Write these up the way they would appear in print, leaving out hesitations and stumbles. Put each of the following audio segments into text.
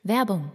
Werbung.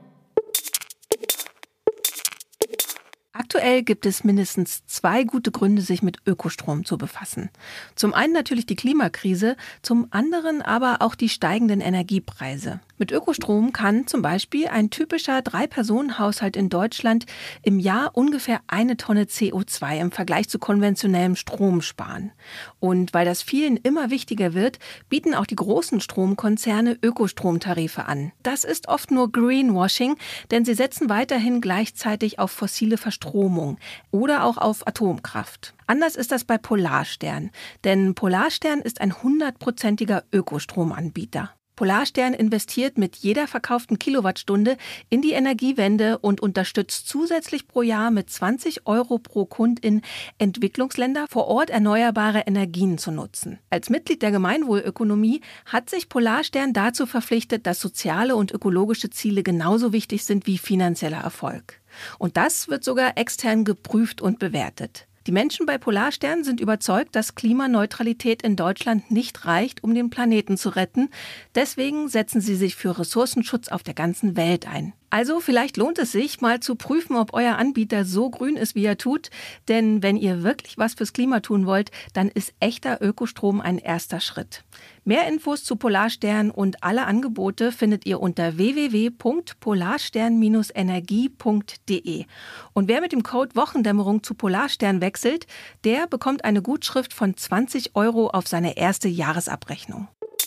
Aktuell gibt es mindestens 2 gute Gründe, sich mit Ökostrom zu befassen. Zum einen natürlich die Klimakrise, zum anderen aber auch die steigenden Energiepreise. Mit Ökostrom kann zum Beispiel ein typischer 3-Personen-Haushalt in Deutschland im Jahr ungefähr 1 Tonne CO2 im Vergleich zu konventionellem Strom sparen. Und weil das vielen immer wichtiger wird, bieten auch die großen Stromkonzerne Ökostromtarife an. Das ist oft nur Greenwashing, denn sie setzen weiterhin gleichzeitig auf fossile Verstromung oder auch auf Atomkraft. Anders ist das bei Polarstern, denn Polarstern ist ein 100%iger Ökostromanbieter. Polarstern investiert mit jeder verkauften Kilowattstunde in die Energiewende und unterstützt zusätzlich pro Jahr mit 20 € pro Kundin Entwicklungsländer vor Ort erneuerbare Energien zu nutzen. Als Mitglied der Gemeinwohlökonomie hat sich Polarstern dazu verpflichtet, dass soziale und ökologische Ziele genauso wichtig sind wie finanzieller Erfolg. Und das wird sogar extern geprüft und bewertet. Die Menschen bei Polarstern sind überzeugt, dass Klimaneutralität in Deutschland nicht reicht, um den Planeten zu retten. Deswegen setzen sie sich für Ressourcenschutz auf der ganzen Welt ein. Also vielleicht lohnt es sich, mal zu prüfen, ob euer Anbieter so grün ist, wie er tut. Denn wenn ihr wirklich was fürs Klima tun wollt, dann ist echter Ökostrom ein erster Schritt. Mehr Infos zu Polarstern und alle Angebote findet ihr unter www.polarstern-energie.de. Und wer mit dem Code Wochendämmerung zu Polarstern wechselt, der bekommt eine Gutschrift von 20 € auf seine erste Jahresabrechnung.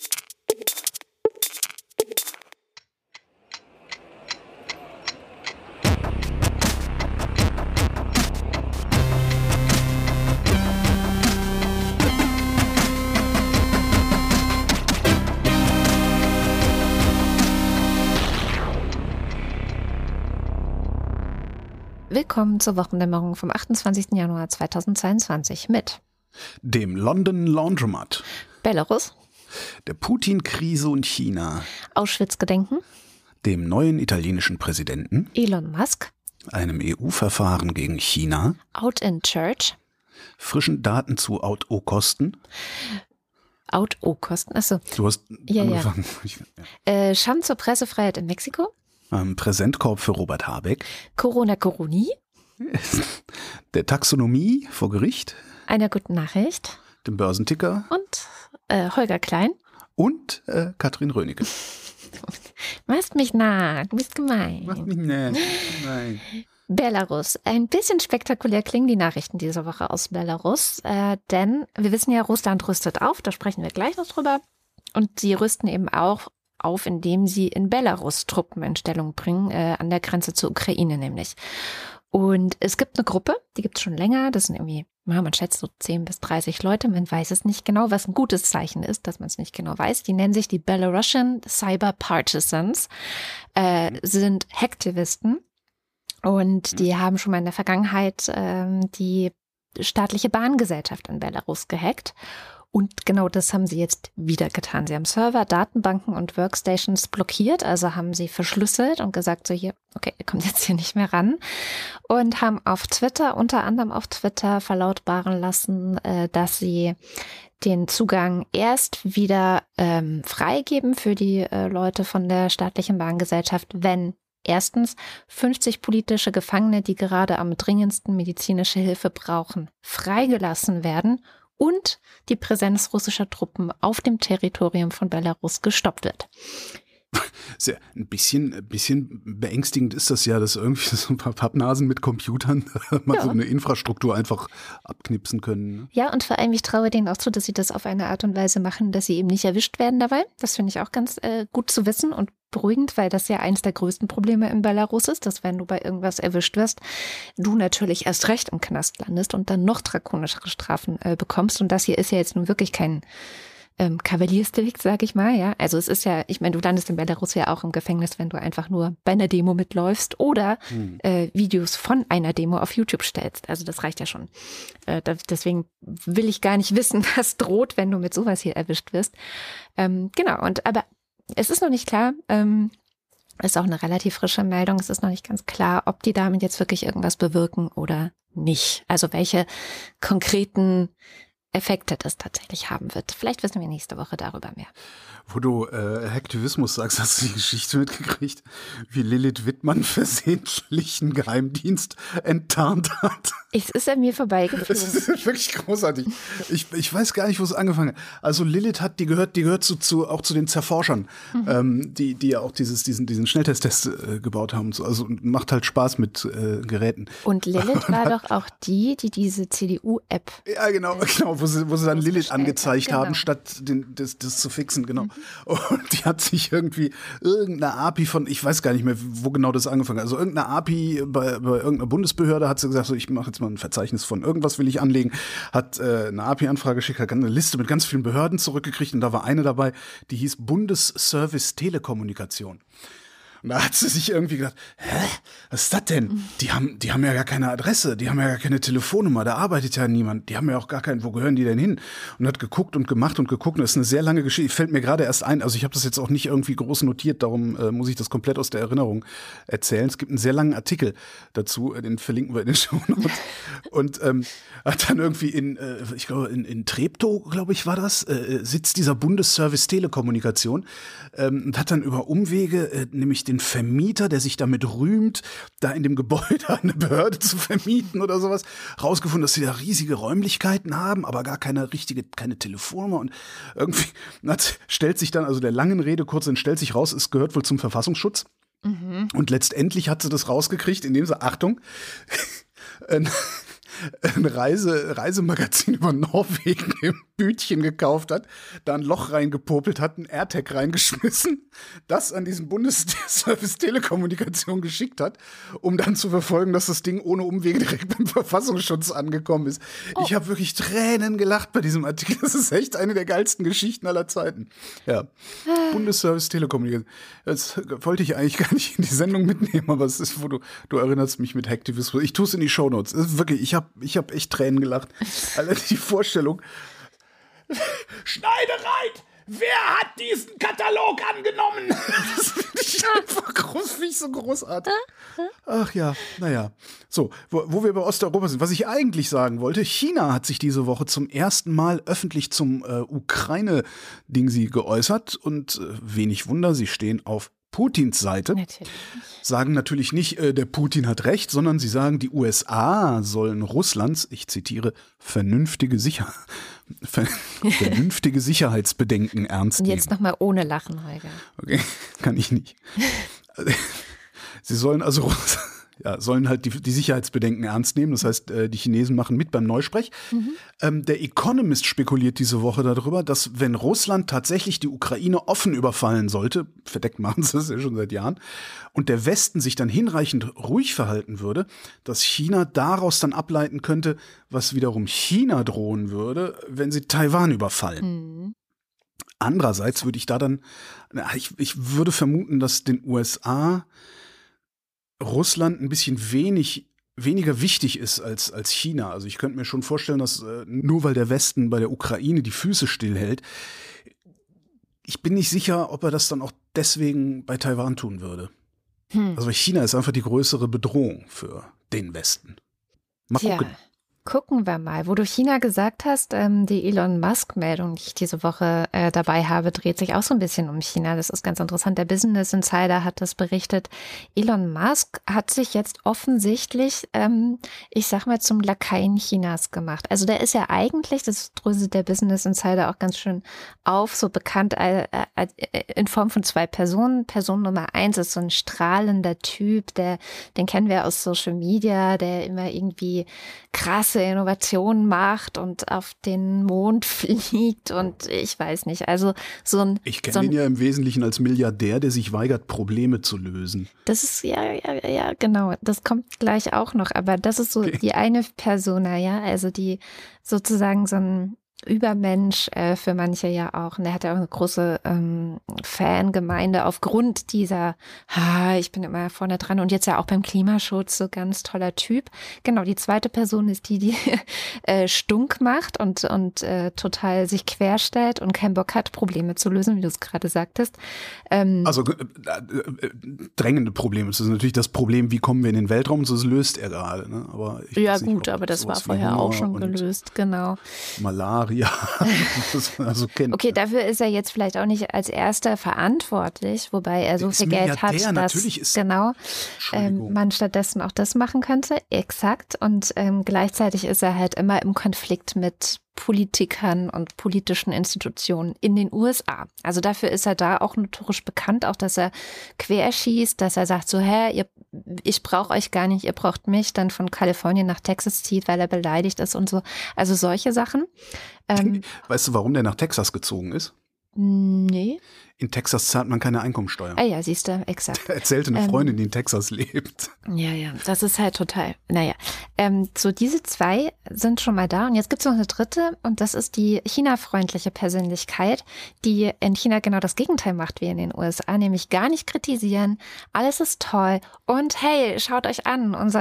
Willkommen zur Wochendämmerung vom 28. Januar 2022 mit dem London Laundromat, Belarus, der Putin-Krise und China, Auschwitz-Gedenken, dem neuen italienischen Präsidenten, Elon Musk, einem EU-Verfahren gegen China, Out in Church, frischen Daten zu Out-O-Kosten. Out-O-Kosten, achso. Du hast angefangen. Ja. Scham zur Pressefreiheit in Mexiko. Präsentkorb für Robert Habeck. Corona-Coroni. Der Taxonomie vor Gericht. Einer guten Nachricht. Dem Börsenticker. Und Holger Klein. Und Katrin Rönecke. Machst mich nah, du bist gemein. Mach mich nah. Nein. Belarus. Ein bisschen spektakulär klingen die Nachrichten diese Woche aus Belarus, denn wir wissen ja, Russland rüstet auf, da sprechen wir gleich noch drüber. Und sie rüsten eben auch auf, indem sie in Belarus Truppen in Stellung bringen, an der Grenze zur Ukraine nämlich. Und es gibt eine Gruppe, die gibt es schon länger, das sind irgendwie, man schätzt so 10 bis 30 Leute, man weiß es nicht genau, was ein gutes Zeichen ist, dass man es nicht genau weiß. Die nennen sich die Belarusian Cyber Partisans, sind Hacktivisten und die haben schon mal in der Vergangenheit die staatliche Bahngesellschaft in Belarus gehackt. Und genau das haben sie jetzt wieder getan. Sie haben Server, Datenbanken und Workstations blockiert, also haben sie verschlüsselt und gesagt, so hier, okay, ihr kommt jetzt hier nicht mehr ran. Und haben auf Twitter, unter anderem auf Twitter, verlautbaren lassen, dass sie den Zugang erst wieder freigeben für die Leute von der staatlichen Bahngesellschaft, wenn erstens 50 politische Gefangene, die gerade am dringendsten medizinische Hilfe brauchen, freigelassen werden und die Präsenz russischer Truppen auf dem Territorium von Belarus gestoppt wird. Sehr, ein bisschen beängstigend ist das ja, dass irgendwie so ein paar Pappnasen mit Computern mal so eine Infrastruktur einfach abknipsen können. Ja, und vor allem, ich traue denen auch zu, dass sie das auf eine Art und Weise machen, dass sie eben nicht erwischt werden dabei. Das finde ich auch ganz gut zu wissen und beruhigend, weil das ja eines der größten Probleme in Belarus ist, dass wenn du bei irgendwas erwischt wirst, du natürlich erst recht im Knast landest und dann noch drakonischere Strafen bekommst. Und das hier ist ja jetzt nun wirklich kein Kavaliersdelikt, sage ich mal, ja. Also es ist ja, ich meine, du landest in Belarus ja auch im Gefängnis, wenn du einfach nur bei einer Demo mitläufst oder Videos von einer Demo auf YouTube stellst. Also das reicht ja schon. Deswegen will ich gar nicht wissen, was droht, wenn du mit sowas hier erwischt wirst. Genau, aber es ist noch nicht klar, ist auch eine relativ frische Meldung, es ist noch nicht ganz klar, ob die damit jetzt wirklich irgendwas bewirken oder nicht. Also welche konkreten Effekte das tatsächlich haben wird. Vielleicht wissen wir nächste Woche darüber mehr. Wo du Hacktivismus sagst, hast du die Geschichte mitgekriegt, wie Lilith Wittmann versehentlich einen Geheimdienst enttarnt hat? Es ist an mir vorbeigeflogen. Das ist wirklich großartig. Ich weiß gar nicht, wo es angefangen hat. Also Lilith die gehört auch zu den Zerforschern, die ja auch diesen Schnelltest gebaut haben. Also macht halt Spaß mit Geräten. Und Lilith war doch auch die diese CDU-App. Ja, genau, wo sie dann Lilith angezeigt haben, statt das zu fixen, genau. Und die hat sich irgendwie irgendeine API von, ich weiß gar nicht mehr, wo genau das angefangen hat. Also irgendeine API bei irgendeiner Bundesbehörde hat sie gesagt, so, ich mache jetzt mal ein Verzeichnis von irgendwas will ich anlegen, hat eine API-Anfrage geschickt, hat eine Liste mit ganz vielen Behörden zurückgekriegt und da war eine dabei, die hieß Bundesservice Telekommunikation. Und da hat sie sich irgendwie gedacht, was ist das denn? Die haben ja gar keine Adresse, die haben ja gar keine Telefonnummer, da arbeitet ja niemand, die haben ja auch gar keinen, wo gehören die denn hin? Und hat geguckt und gemacht und geguckt und das ist eine sehr lange Geschichte, fällt mir gerade erst ein, also ich habe das jetzt auch nicht irgendwie groß notiert, darum muss ich das komplett aus der Erinnerung erzählen. Es gibt einen sehr langen Artikel dazu, den verlinken wir in den Shownotes. Und hat dann irgendwie ich glaube in Treptow, glaube ich, war das, sitzt dieser Bundesservice Telekommunikation und hat dann über Umwege nämlich den Vermieter, der sich damit rühmt, da in dem Gebäude eine Behörde zu vermieten oder sowas, rausgefunden, dass sie da riesige Räumlichkeiten haben, aber gar keine Telefonnummer und irgendwie stellt sich dann, also der langen Rede kurz, dann stellt sich raus, es gehört wohl zum Verfassungsschutz. Und letztendlich hat sie das rausgekriegt, indem sie, Achtung, ein Reisemagazin über Norwegen im Bütchen gekauft hat, da ein Loch reingepopelt hat, ein AirTag reingeschmissen, das an diesen Bundesservice Telekommunikation geschickt hat, um dann zu verfolgen, dass das Ding ohne Umwege direkt beim Verfassungsschutz angekommen ist. Oh. Ich habe wirklich Tränen gelacht bei diesem Artikel. Das ist echt eine der geilsten Geschichten aller Zeiten. Ja, Bundesservice Telekommunikation. Das wollte ich eigentlich gar nicht in die Sendung mitnehmen, aber es ist, wo du erinnerst mich mit Hacktivismus. Ich tue es in die Shownotes. Wirklich, ich hab echt Tränen gelacht. Alter, die Vorstellung. Schneidereit! Wer hat diesen Katalog angenommen? Das finde ich einfach so großartig. Ach ja, naja. So, wo wir bei Osteuropa sind, was ich eigentlich sagen wollte, China hat sich diese Woche zum ersten Mal öffentlich zum Ukraine-Ding geäußert und wenig Wunder, sie stehen auf Putins Seite. Natürlich. Sagen natürlich nicht, der Putin hat recht, sondern sie sagen, die USA sollen Russlands, ich zitiere, vernünftige Sicherheitsbedenken ernst nehmen. Und jetzt nochmal ohne Lachen, Holger. Okay, kann ich nicht. Sie sollen also sollen halt die Sicherheitsbedenken ernst nehmen. Das heißt, die Chinesen machen mit beim Neusprech. Der Economist spekuliert diese Woche darüber, dass wenn Russland tatsächlich die Ukraine offen überfallen sollte, verdeckt machen sie das ja schon seit Jahren, und der Westen sich dann hinreichend ruhig verhalten würde, dass China daraus dann ableiten könnte, was wiederum China drohen würde, wenn sie Taiwan überfallen. Andererseits würde ich da dann, ich würde vermuten, dass den USA Russland ein bisschen weniger wichtig ist als China. Also ich könnte mir schon vorstellen, dass nur weil der Westen bei der Ukraine die Füße stillhält, ich bin nicht sicher, ob er das dann auch deswegen bei Taiwan tun würde. Also China ist einfach die größere Bedrohung für den Westen. Mal gucken. Ja. Gucken wir mal. Wo du China gesagt hast, die Elon Musk-Meldung, die ich diese Woche dabei habe, dreht sich auch so ein bisschen um China. Das ist ganz interessant. Der Business Insider hat das berichtet. Elon Musk hat sich jetzt offensichtlich, ich sag mal, zum Lakaien Chinas gemacht. Also der ist ja eigentlich, das dröselt der Business Insider auch ganz schön auf, so bekannt in Form von zwei Personen. Person Nummer 1 ist so ein strahlender Typ, den kennen wir aus Social Media, der immer irgendwie krasse Innovationen macht und auf den Mond fliegt und ich weiß nicht, also so ein... Ich kenne ihn ja im Wesentlichen als Milliardär, der sich weigert, Probleme zu lösen. Das ist, ja, genau, das kommt gleich auch noch, aber das ist so die eine Persona, ja, also die sozusagen so ein Übermensch für manche ja auch. Und er hat ja auch eine große Fangemeinde aufgrund dieser, ich bin immer vorne dran und jetzt ja auch beim Klimaschutz, so ganz toller Typ. Genau, die zweite Person ist die stunk macht und total sich querstellt und keinen Bock hat, Probleme zu lösen, wie du es gerade sagtest. Also drängende Probleme. Das ist natürlich das Problem, wie kommen wir in den Weltraum, das löst er gerade. Ne? Aber ja gut, aber das war vorher auch schon gelöst, genau. Malaria Paria, das man also kennt. Okay, dafür ist er jetzt vielleicht auch nicht als erster verantwortlich, wobei er so viel Geld hat, dass genau man stattdessen auch das machen könnte. Exakt. Und gleichzeitig ist er halt immer im Konflikt mit Politikern und politischen Institutionen in den USA. Also dafür ist er da auch notorisch bekannt, auch dass er querschießt, dass er sagt so, ich brauche euch gar nicht, ihr braucht mich, dann von Kalifornien nach Texas zieht, weil er beleidigt ist und so. Also solche Sachen. Weißt du, warum der nach Texas gezogen ist? Nee. In Texas zahlt man keine Einkommensteuer. Ah ja, siehst du, exakt. Erzählte eine Freundin, die in Texas lebt. Ja, das ist halt total, so diese zwei sind schon mal da und jetzt gibt es noch eine dritte und das ist die China-freundliche Persönlichkeit, die in China genau das Gegenteil macht wie in den USA, nämlich gar nicht kritisieren, alles ist toll und hey, schaut euch an, unsere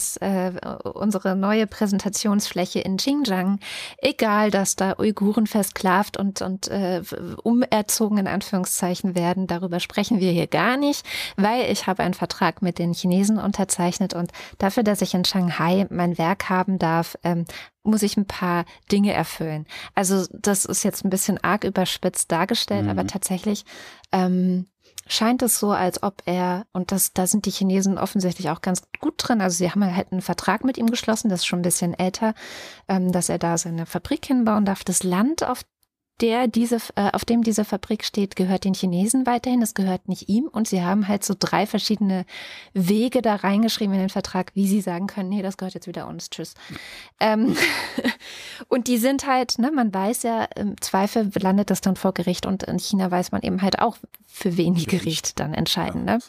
neue Präsentationsfläche in Xinjiang, egal, dass da Uiguren versklavt und umerzogen in Anführungszeichen werden, darüber sprechen wir hier gar nicht, weil ich habe einen Vertrag mit den Chinesen unterzeichnet und dafür, dass ich in Shanghai mein Werk haben darf, muss ich ein paar Dinge erfüllen. Also das ist jetzt ein bisschen arg überspitzt dargestellt, aber tatsächlich scheint es so, als ob da sind die Chinesen offensichtlich auch ganz gut drin, also sie haben halt einen Vertrag mit ihm geschlossen, das ist schon ein bisschen älter, dass er da seine Fabrik hinbauen darf. Das Land, auf dem diese Fabrik steht, gehört den Chinesen weiterhin, es gehört nicht ihm und sie haben halt so 3 verschiedene Wege da reingeschrieben in den Vertrag, wie sie sagen können, nee, das gehört jetzt wieder uns, tschüss. Und die sind halt, man weiß ja, im Zweifel landet das dann vor Gericht und in China weiß man eben halt auch, für wen die Gericht dann entscheiden, ne?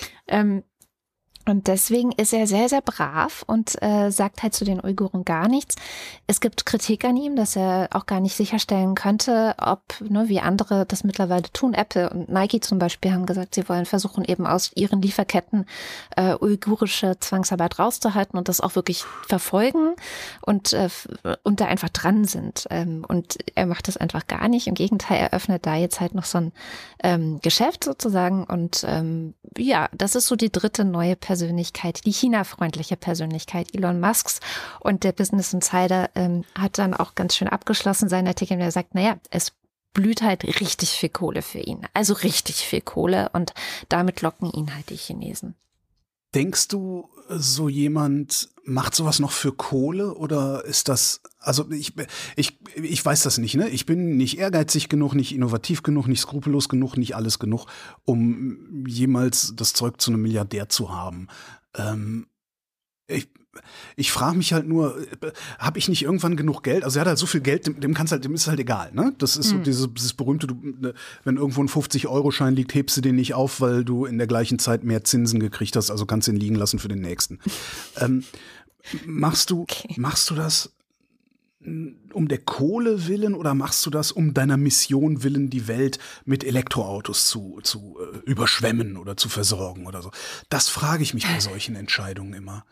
Und deswegen ist er sehr, sehr brav und sagt halt zu den Uiguren gar nichts. Es gibt Kritik an ihm, dass er auch gar nicht sicherstellen könnte, ob, wie andere das mittlerweile tun. Apple und Nike zum Beispiel haben gesagt, sie wollen versuchen, eben aus ihren Lieferketten uigurische Zwangsarbeit rauszuhalten und das auch wirklich verfolgen und da einfach dran sind. Und er macht das einfach gar nicht. Im Gegenteil, er öffnet da jetzt halt noch so ein Geschäft sozusagen. Und das ist so die dritte neue Persönlichkeit, die China-freundliche Persönlichkeit Elon Musks. Und der Business Insider hat dann auch ganz schön abgeschlossen seinen Artikel, in dem er sagt, es blüht halt richtig viel Kohle für ihn. Also richtig viel Kohle und damit locken ihn halt die Chinesen. Denkst du, so jemand macht sowas noch für Kohle oder ist das, also ich weiß das nicht, ne? Ich bin nicht ehrgeizig genug, nicht innovativ genug, nicht skrupellos genug, nicht alles genug, um jemals das Zeug zu einem Milliardär zu haben. Ich frage mich halt nur, habe ich nicht irgendwann genug Geld? Also er hat halt so viel Geld, dem ist halt egal, ne? Das ist so dieses berühmte, wenn irgendwo ein 50-Euro-Schein liegt, hebst du den nicht auf, weil du in der gleichen Zeit mehr Zinsen gekriegt hast, also kannst du ihn liegen lassen für den nächsten. Machst du das um der Kohle willen oder machst du das um deiner Mission willen, die Welt mit Elektroautos zu überschwemmen oder zu versorgen oder so? Das frage ich mich bei solchen Entscheidungen immer.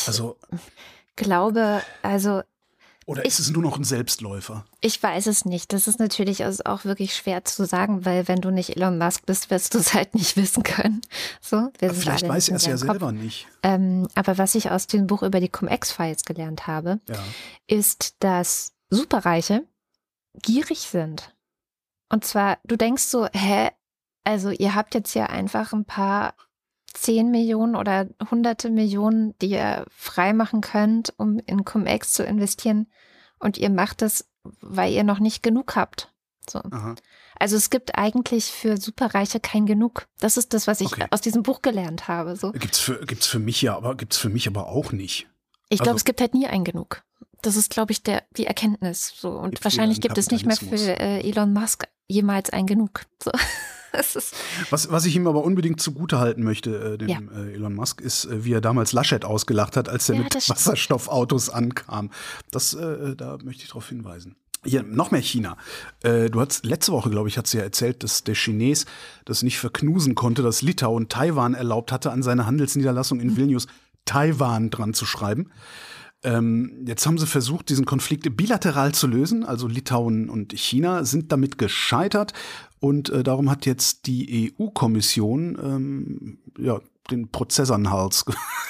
Oder ist es nur noch ein Selbstläufer? Ich weiß es nicht. Das ist natürlich auch wirklich schwer zu sagen, weil wenn du nicht Elon Musk bist, wirst du es halt nicht wissen können. So, vielleicht weiß er es ja selber nicht. Aber was ich aus dem Buch über die Cum-Ex-Files gelernt habe, ist, dass Superreiche gierig sind. Und zwar, du denkst so, also ihr habt jetzt ja einfach ein paar 10 Millionen oder hunderte Millionen, die ihr freimachen könnt, um in Cum-Ex zu investieren. Und ihr macht das, weil ihr noch nicht genug habt. So. Also es gibt eigentlich für Superreiche kein Genug. Das ist das, was ich aus diesem Buch gelernt habe. So. Gibt's für mich aber auch nicht. Ich glaube, es gibt halt nie ein Genug. Das ist, glaube ich, die Erkenntnis. So. Und wahrscheinlich gibt es nicht mehr für Elon Musk jemals ein Genug. So. Was ich ihm aber unbedingt zugutehalten möchte, dem Elon Musk, ist, wie er damals Laschet ausgelacht hat, als er mit Wasserstoffautos ankam. Da möchte ich darauf hinweisen. Hier, noch mehr China. Du hast letzte Woche, glaube ich, hat sie ja erzählt, dass der Chines das nicht verknusen konnte, dass Litauen Taiwan erlaubt hatte, an seine Handelsniederlassung in Vilnius Taiwan dran zu schreiben. Jetzt haben sie versucht, diesen Konflikt bilateral zu lösen. Also Litauen und China sind damit gescheitert. Und darum hat jetzt die EU-Kommission den Prozess an den Hals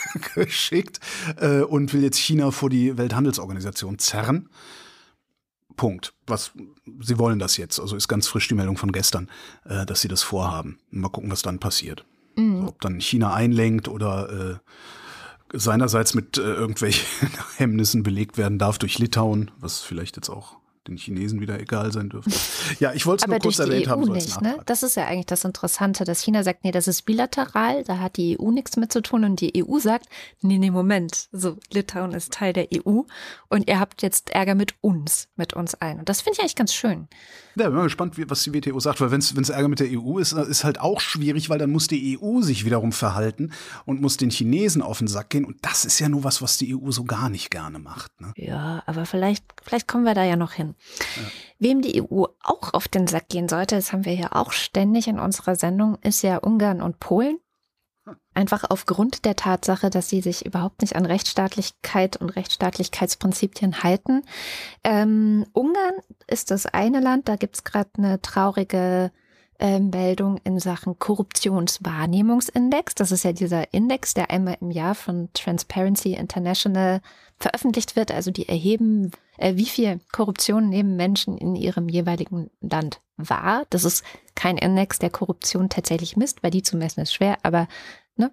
geschickt und will jetzt China vor die Welthandelsorganisation zerren. Punkt. Sie wollen das jetzt. Also ist ganz frisch die Meldung von gestern, dass sie das vorhaben. Mal gucken, was dann passiert. So, ob dann China einlenkt oder seinerseits mit irgendwelchen Hemmnissen belegt werden darf durch Litauen, was vielleicht jetzt auch den Chinesen wieder egal sein dürfte. Ja, ich wollte es nur kurz erwähnt haben. Aber durch die EU nicht, ne? Das ist ja eigentlich das Interessante, dass China sagt, nee, das ist bilateral, da hat die EU nichts mit zu tun und die EU sagt, nee, Moment, so Litauen ist Teil der EU und ihr habt jetzt Ärger mit uns allen. Und das finde ich eigentlich ganz schön. Ja, bin mal gespannt, was die WTO sagt, weil wenn es Ärger mit der EU ist halt auch schwierig, weil dann muss die EU sich wiederum verhalten und muss den Chinesen auf den Sack gehen und das ist ja nur was die EU so gar nicht gerne macht. Ne? Ja, aber vielleicht kommen wir da ja noch hin. Ja. Wem die EU auch auf den Sack gehen sollte, das haben wir ja auch ständig in unserer Sendung, ist ja Ungarn und Polen. Einfach aufgrund der Tatsache, dass sie sich überhaupt nicht an Rechtsstaatlichkeit und Rechtsstaatlichkeitsprinzipien halten. Ungarn ist das eine Land, da gibt es gerade eine traurige Meldung in Sachen Korruptionswahrnehmungsindex. Das ist ja dieser Index, der einmal im Jahr von Transparency International veröffentlicht wird. Also die erheben, wie viel Korruption nehmen Menschen in ihrem jeweiligen Land wahr. Das ist kein Index, der Korruption tatsächlich misst, weil die zu messen ist schwer, aber ne,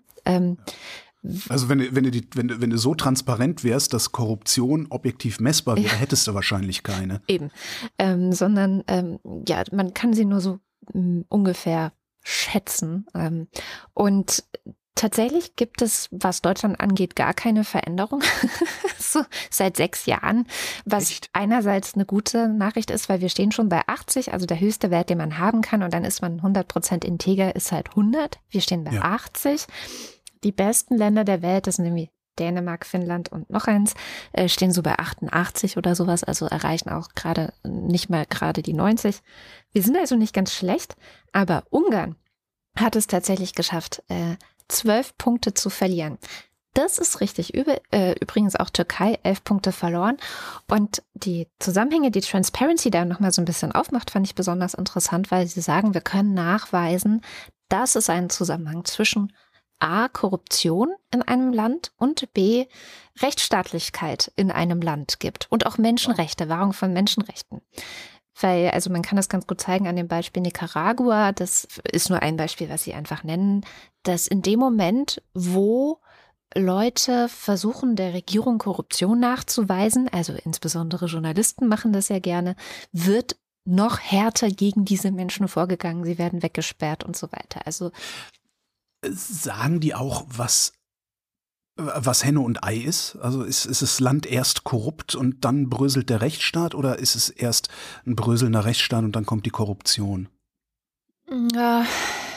also wenn du so transparent wärst, dass Korruption objektiv messbar wäre, hättest du wahrscheinlich keine. Eben, sondern ja, man kann sie nur so ungefähr schätzen. Und tatsächlich gibt es, was Deutschland angeht, gar keine Veränderung. So, seit 6 Jahren, was Echt? Einerseits eine gute Nachricht ist, weil wir stehen schon bei 80, also der höchste Wert, den man haben kann, und dann ist man 100% integer, ist halt 100. Wir stehen bei 80. Die besten Länder der Welt, das sind nämlich Dänemark, Finnland und noch eins, stehen so bei 88 oder sowas, also erreichen auch nicht mal gerade die 90. Wir sind also nicht ganz schlecht, aber Ungarn hat es tatsächlich geschafft, 12 Punkte zu verlieren. Das ist richtig übel. Übrigens auch Türkei, 11 Punkte verloren. Und die Zusammenhänge, die Transparency da nochmal so ein bisschen aufmacht, fand ich besonders interessant, weil sie sagen, wir können nachweisen, dass es einen Zusammenhang zwischen A, Korruption in einem Land und B, Rechtsstaatlichkeit in einem Land gibt und auch Menschenrechte, Wahrung von Menschenrechten. Weil, also man kann das ganz gut zeigen an dem Beispiel Nicaragua, das ist nur ein Beispiel, was sie einfach nennen, dass in dem Moment, wo Leute versuchen, der Regierung Korruption nachzuweisen, also insbesondere Journalisten machen das ja gerne, wird noch härter gegen diese Menschen vorgegangen, sie werden weggesperrt und so weiter. Also sagen die auch, was Henne und Ei ist? Also ist das Land erst korrupt und dann bröselt der Rechtsstaat oder ist es erst ein bröselnder Rechtsstaat und dann kommt die Korruption? Ja,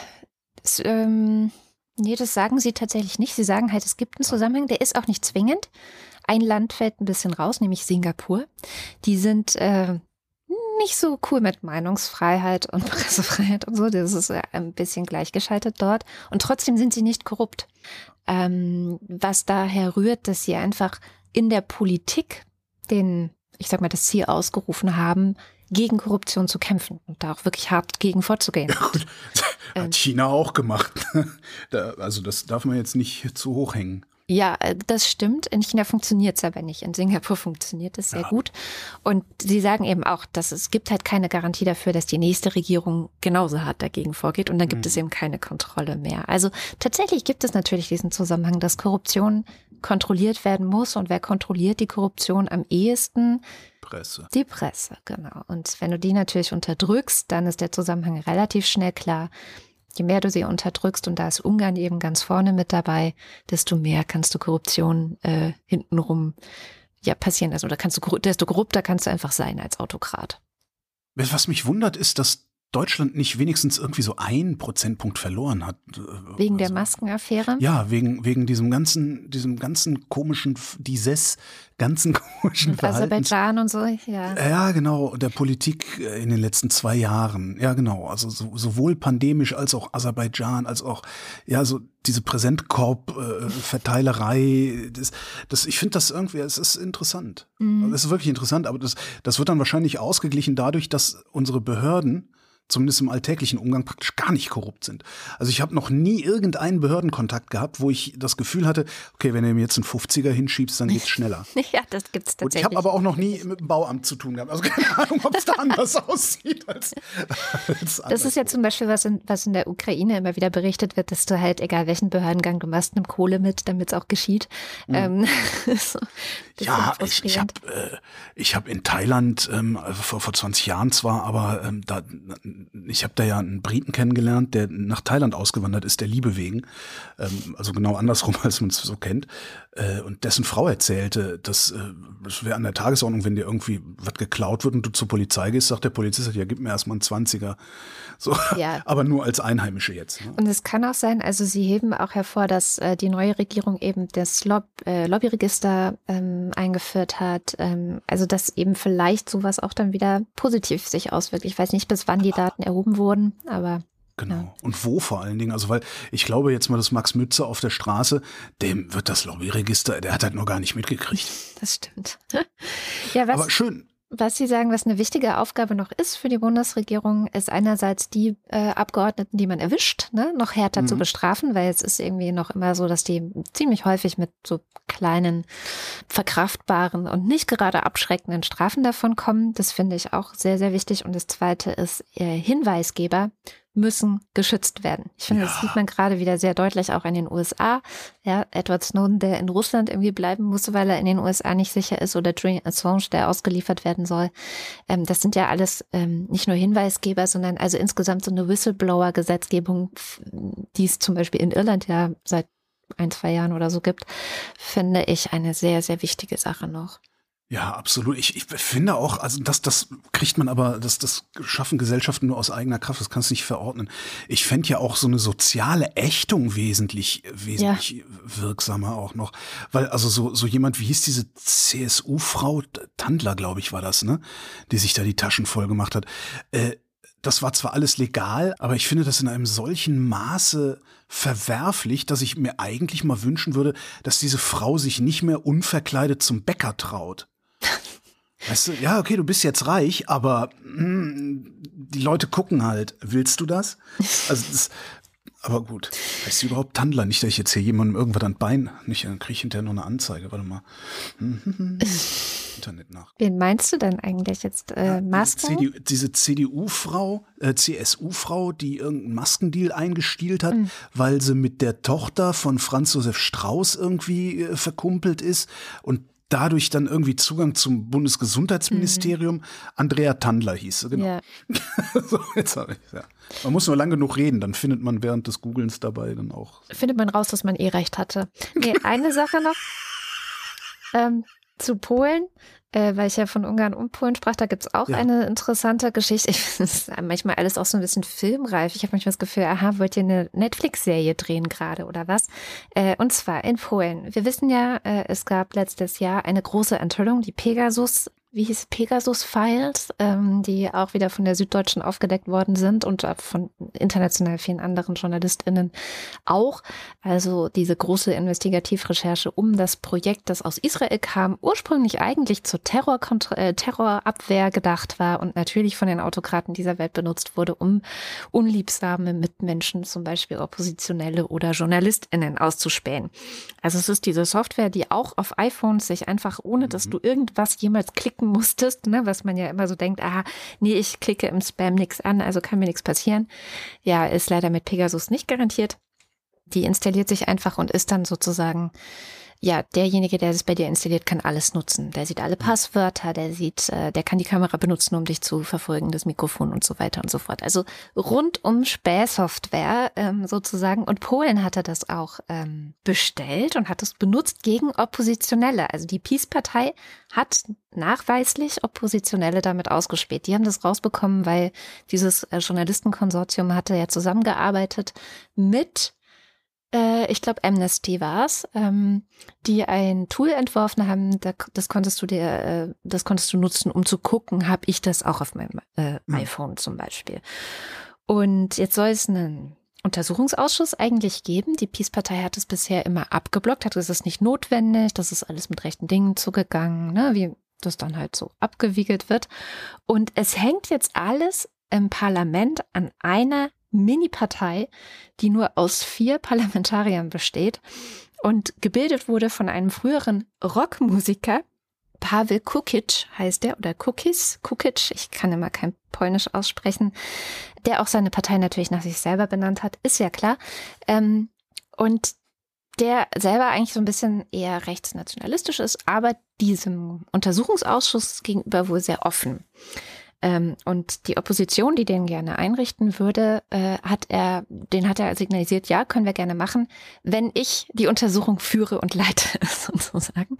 nee, das sagen sie tatsächlich nicht. Sie sagen halt, es gibt einen Zusammenhang, der ist auch nicht zwingend. Ein Land fällt ein bisschen raus, nämlich Singapur. Die sind nicht so cool mit Meinungsfreiheit und Pressefreiheit und so. Das ist ein bisschen gleichgeschaltet dort. Und trotzdem sind sie nicht korrupt. Was daher rührt, dass sie einfach in der Politik das Ziel ausgerufen haben, gegen Korruption zu kämpfen und da auch wirklich hart gegen vorzugehen. Ja, gut. Hat China auch gemacht. Also das darf man jetzt nicht zu hoch hängen. Ja, das stimmt. In China funktioniert es aber nicht. In Singapur funktioniert es sehr gut. Und sie sagen eben auch, dass es gibt halt keine Garantie dafür, dass die nächste Regierung genauso hart dagegen vorgeht. Und dann gibt es eben keine Kontrolle mehr. Also tatsächlich gibt es natürlich diesen Zusammenhang, dass Korruption kontrolliert werden muss. Und wer kontrolliert die Korruption am ehesten? Presse. Die Presse, genau. Und wenn du die natürlich unterdrückst, dann ist der Zusammenhang relativ schnell klar. Je mehr du sie unterdrückst, und da ist Ungarn eben ganz vorne mit dabei, desto mehr kannst du Korruption hintenrum passieren. Also desto korrupter kannst du einfach sein als Autokrat. Was mich wundert, ist, dass Deutschland nicht wenigstens irgendwie so 1 Prozentpunkt verloren hat. Wegen der Maskenaffäre? Ja, wegen diesem ganzen komischen Verhaltens. Aserbaidschan und so, ja. Ja, genau, der Politik in den letzten 2 Jahren. Ja, genau, also sowohl pandemisch als auch Aserbaidschan, als auch, ja, so diese Präsentkorb-Verteilerei. Ich finde das irgendwie, es ist interessant. Es ist wirklich interessant, aber das wird dann wahrscheinlich ausgeglichen dadurch, dass unsere Behörden zumindest im alltäglichen Umgang, praktisch gar nicht korrupt sind. Also ich habe noch nie irgendeinen Behördenkontakt gehabt, wo ich das Gefühl hatte, okay, wenn du mir jetzt einen 50er hinschiebst, dann geht's schneller. Ja, das gibt's tatsächlich. Und ich habe aber auch noch nie mit dem Bauamt zu tun gehabt. Also keine Ahnung, ob es da anders aussieht als das ist ja zum Beispiel, was in der Ukraine immer wieder berichtet wird, dass du halt, egal welchen Behördengang du machst, nimm Kohle mit, damit es auch geschieht. So, ja, ich hab in Thailand vor 20 Jahren zwar, aber ich habe da ja einen Briten kennengelernt, der nach Thailand ausgewandert ist, der Liebe wegen. Also genau andersrum, als man es so kennt. Und dessen Frau erzählte, dass das wäre an der Tagesordnung, wenn dir irgendwie was geklaut wird und du zur Polizei gehst, sagt der Polizist, ja, gib mir erstmal einen 20er. So, ja. Aber nur als Einheimische jetzt. Ne? Und es kann auch sein, also sie heben auch hervor, dass die neue Regierung eben das Lobbyregister eingeführt hat. Also dass eben vielleicht sowas auch dann wieder positiv sich auswirkt. Ich weiß nicht, bis wann die Daten erhoben wurden, aber genau. Ja. Und wo vor allen Dingen? Also weil ich glaube jetzt mal, dass Max Mütze auf der Straße, dem wird das Lobbyregister, der hat halt noch gar nicht mitgekriegt. Das stimmt. Ja, aber schön. Was Sie sagen, was eine wichtige Aufgabe noch ist für die Bundesregierung, ist einerseits die Abgeordneten, die man erwischt, ne, noch härter zu bestrafen, weil es ist irgendwie noch immer so, dass die ziemlich häufig mit so kleinen, verkraftbaren und nicht gerade abschreckenden Strafen davon kommen. Das finde ich auch sehr, sehr wichtig. Und das Zweite ist, Hinweisgeber müssen geschützt werden. Ich finde, das sieht man gerade wieder sehr deutlich auch in den USA. Ja, Edward Snowden, der in Russland irgendwie bleiben muss, weil er in den USA nicht sicher ist, oder Julian Assange, der ausgeliefert werden soll. Das sind ja alles nicht nur Hinweisgeber, sondern also insgesamt so eine Whistleblower-Gesetzgebung, die es zum Beispiel in Irland ja seit 1-2 Jahren oder so gibt, finde ich eine sehr, sehr wichtige Sache noch. Ja, absolut. Ich finde auch, also das kriegt man aber, das schaffen Gesellschaften nur aus eigener Kraft, das kannst du nicht verordnen. Ich fände ja auch so eine soziale Ächtung wesentlich wirksamer auch noch. Weil also so jemand, wie hieß diese CSU-Frau, Tandler, glaube ich, war das, ne? Die sich da die Taschen voll gemacht hat. Das war zwar alles legal, aber ich finde das in einem solchen Maße verwerflich, dass ich mir eigentlich mal wünschen würde, dass diese Frau sich nicht mehr unverkleidet zum Bäcker traut. Weißt du, ja, okay, du bist jetzt reich, aber die Leute gucken halt. Willst du das? Also aber gut. Heißt sie überhaupt Tandler? Nicht, dass ich jetzt hier jemandem irgendwas an Bein, nicht, dann kriege ich hinterher noch eine Anzeige. Warte mal. Internet nach. Wen meinst du denn eigentlich jetzt? Masken? Diese CSU-Frau, die irgendeinen Maskendeal eingestielt hat, weil sie mit der Tochter von Franz Josef Strauß irgendwie verkumpelt ist und dadurch dann irgendwie Zugang zum Bundesgesundheitsministerium. Andrea Tandler hieß sie, genau. Ja. So, jetzt habe ich ja. Man muss nur lang genug reden, dann findet man während des Googlens dabei dann auch. Findet man raus, dass man recht hatte. Nee, eine Sache noch zu Polen, weil ich ja von Ungarn und Polen sprach, da gibt es auch eine interessante Geschichte. Ich finde es manchmal alles auch so ein bisschen filmreif. Ich habe manchmal das Gefühl, wollt ihr eine Netflix-Serie drehen gerade oder was? Und zwar in Polen. Wir wissen ja, es gab letztes Jahr eine große Enthüllung, die Pegasus Files, die auch wieder von der Süddeutschen aufgedeckt worden sind und von international vielen anderen JournalistInnen auch. Also diese große Investigativrecherche um das Projekt, das aus Israel kam, ursprünglich eigentlich zur Terrorabwehr gedacht war und natürlich von den Autokraten dieser Welt benutzt wurde, um unliebsame Mitmenschen, zum Beispiel Oppositionelle oder JournalistInnen auszuspähen. Also es ist diese Software, die auch auf iPhones sich einfach, ohne dass du irgendwas jemals klicken musstest, ne, was man ja immer so denkt, ich klicke im Spam nichts an, also kann mir nichts passieren. Ja, ist leider mit Pegasus nicht garantiert. Die installiert sich einfach und ist dann sozusagen, ja, derjenige, der es bei dir installiert, kann alles nutzen. Der sieht alle Passwörter, der kann die Kamera benutzen, um dich zu verfolgen, das Mikrofon und so weiter und so fort. Also rundum Spähsoftware sozusagen. Und Polen hatte das auch bestellt und hat es benutzt gegen Oppositionelle. Also die PiS-Partei hat nachweislich Oppositionelle damit ausgespäht. Die haben das rausbekommen, weil dieses Journalistenkonsortium hatte ja zusammengearbeitet mit ich glaube, Amnesty war es, die ein Tool entworfen haben, das konntest du nutzen, um zu gucken, habe ich das auch auf meinem iPhone zum Beispiel. Und jetzt soll es einen Untersuchungsausschuss eigentlich geben. Die PiS-Partei hat es bisher immer abgeblockt, hat gesagt, das ist nicht notwendig, das ist alles mit rechten Dingen zugegangen, ne, wie das dann halt so abgewiegelt wird. Und es hängt jetzt alles im Parlament an einer Mini-Partei, die nur aus 4 Parlamentariern besteht und gebildet wurde von einem früheren Rockmusiker. Paweł Kukiz heißt er, oder Kukiz, ich kann immer kein Polnisch aussprechen, der auch seine Partei natürlich nach sich selber benannt hat, ist ja klar. Und der selber eigentlich so ein bisschen eher rechtsnationalistisch ist, aber diesem Untersuchungsausschuss gegenüber wohl sehr offen. Und die Opposition, die den gerne einrichten würde, hat er signalisiert, ja, können wir gerne machen, wenn ich die Untersuchung führe und leite, sozusagen.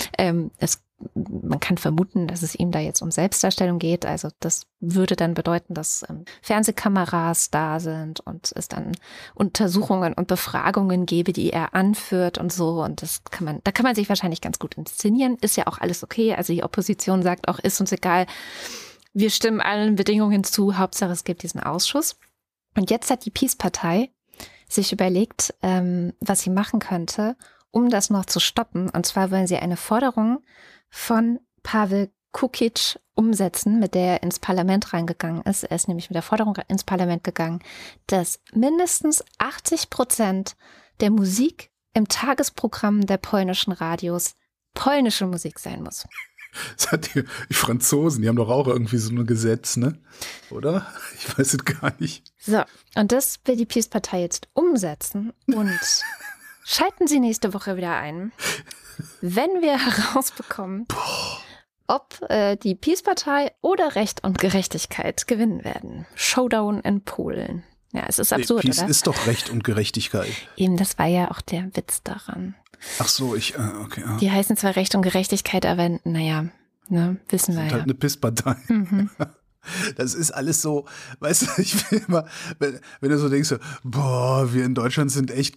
Man kann vermuten, dass es ihm da jetzt um Selbstdarstellung geht. Also das würde dann bedeuten, dass Fernsehkameras da sind und es dann Untersuchungen und Befragungen gäbe, die er anführt und so. Und da kann man sich wahrscheinlich ganz gut inszenieren. Ist ja auch alles okay. Also die Opposition sagt auch, ist uns egal. Wir stimmen allen Bedingungen zu. Hauptsache, es gibt diesen Ausschuss. Und jetzt hat die PiS-Partei sich überlegt, was sie machen könnte, um das noch zu stoppen. Und zwar wollen sie eine Forderung von Paweł Kukiz umsetzen, mit der er ins Parlament reingegangen ist. Er ist nämlich mit der Forderung ins Parlament gegangen, dass mindestens 80% der Musik im Tagesprogramm der polnischen Radios polnische Musik sein muss. Das hat die Franzosen, die haben doch auch irgendwie so ein Gesetz, ne? Oder? Ich weiß es gar nicht. So, und das will die PiS-Partei jetzt umsetzen und schalten Sie nächste Woche wieder ein, wenn wir herausbekommen, ob die PiS-Partei oder Recht und Gerechtigkeit gewinnen werden. Showdown in Polen. Ja, es ist absurd, PiS oder? ist doch Recht und Gerechtigkeit. Eben, das war ja auch der Witz daran. Ach so, okay. Ja. Die heißen zwar Recht und Gerechtigkeit, aber naja, ne, wissen wir ja. Halt eine PiS-Partei. Mhm. Das ist alles so, weißt du, ich will immer, wenn du so denkst, boah, wir in Deutschland sind echt,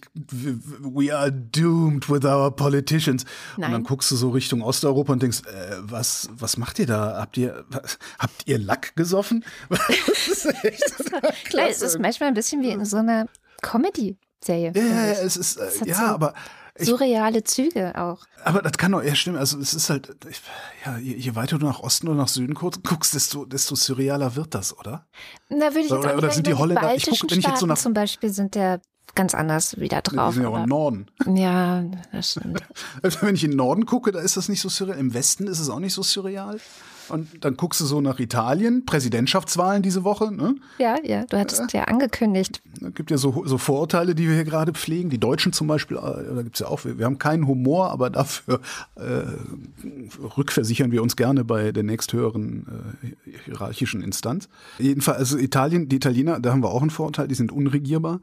we are doomed with our politicians. Nein. Und dann guckst du so Richtung Osteuropa und denkst, was macht ihr da? Habt ihr Lack gesoffen? Das ist echt Klar, es ist manchmal ein bisschen wie in so einer Comedy-Serie. Ja, es ist, aber surreale Züge auch. Aber das kann doch eher stimmen. Also es ist halt, je weiter du nach Osten oder nach Süden guckst, desto surrealer wird das, oder? Na, würde ich jetzt oder sind die Holländer? Die baltischen Staaten zum Beispiel sind ja ganz anders wieder drauf. Die sind ja auch im Norden. Ja, das stimmt. Wenn ich in den Norden gucke, da ist das nicht so surreal. Im Westen ist es auch nicht so surreal. Und dann guckst du so nach Italien, Präsidentschaftswahlen diese Woche, ne? Ja, du hattest ja angekündigt. Es gibt ja so Vorurteile, die wir hier gerade pflegen. Die Deutschen zum Beispiel, da gibt es ja auch, wir haben keinen Humor, aber dafür rückversichern wir uns gerne bei der nächsthöheren hierarchischen Instanz. Jedenfalls, also die Italiener, da haben wir auch ein Vorurteil, die sind unregierbar.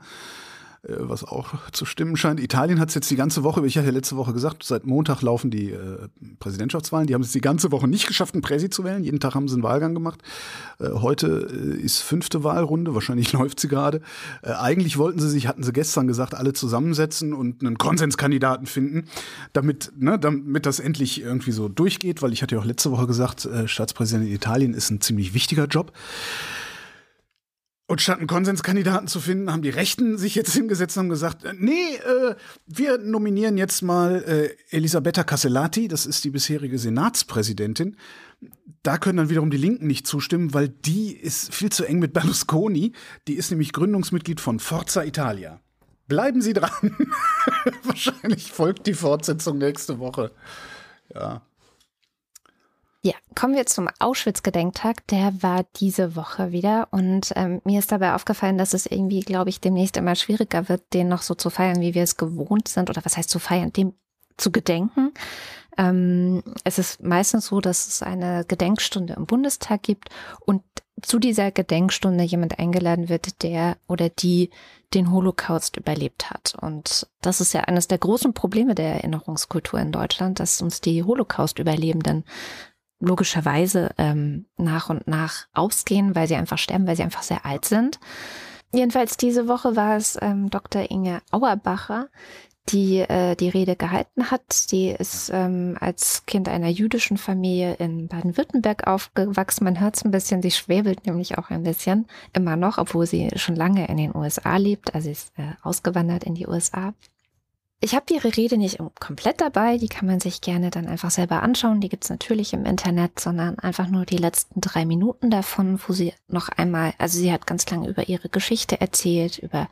Was auch zu stimmen scheint. Italien hat es jetzt die ganze Woche, ich hatte ja letzte Woche gesagt, seit Montag laufen die Präsidentschaftswahlen. Die haben es die ganze Woche nicht geschafft, einen Präsi zu wählen. Jeden Tag haben sie einen Wahlgang gemacht. Heute ist 5. Wahlrunde, wahrscheinlich läuft sie gerade. Eigentlich hatten sie gestern gesagt, alle zusammensetzen und einen Konsenskandidaten finden, damit das endlich irgendwie so durchgeht, weil ich hatte ja auch letzte Woche gesagt, Staatspräsident in Italien ist ein ziemlich wichtiger Job. Und statt einen Konsenskandidaten zu finden, haben die Rechten sich jetzt hingesetzt und haben gesagt, wir nominieren jetzt mal Elisabetta Casellati, das ist die bisherige Senatspräsidentin. Da können dann wiederum die Linken nicht zustimmen, weil die ist viel zu eng mit Berlusconi. Die ist nämlich Gründungsmitglied von Forza Italia. Bleiben Sie dran. Wahrscheinlich folgt die Fortsetzung nächste Woche. Ja. Ja, kommen wir zum Auschwitz-Gedenktag. Der war diese Woche wieder und mir ist dabei aufgefallen, dass es irgendwie, glaube ich, demnächst immer schwieriger wird, den noch so zu feiern, wie wir es gewohnt sind. Oder was heißt zu feiern? Dem zu gedenken. Es ist meistens so, dass es eine Gedenkstunde im Bundestag gibt und zu dieser Gedenkstunde jemand eingeladen wird, der oder die den Holocaust überlebt hat. Und das ist ja eines der großen Probleme der Erinnerungskultur in Deutschland, dass uns die Holocaust-Überlebenden logischerweise nach und nach ausgehen, weil sie einfach sterben, weil sie einfach sehr alt sind. Jedenfalls diese Woche war es Dr. Inge Auerbacher, die die Rede gehalten hat. Die ist als Kind einer jüdischen Familie in Baden-Württemberg aufgewachsen. Man hört es ein bisschen, sie schwäbelt nämlich auch ein bisschen, immer noch, obwohl sie schon lange in den USA lebt. Also sie ist ausgewandert in die USA. Ich habe ihre Rede nicht komplett dabei, die kann man sich gerne dann einfach selber anschauen. Die gibt es natürlich im Internet, sondern einfach nur die letzten 3 Minuten davon, wo sie noch einmal, also sie hat ganz lange über ihre Geschichte erzählt, über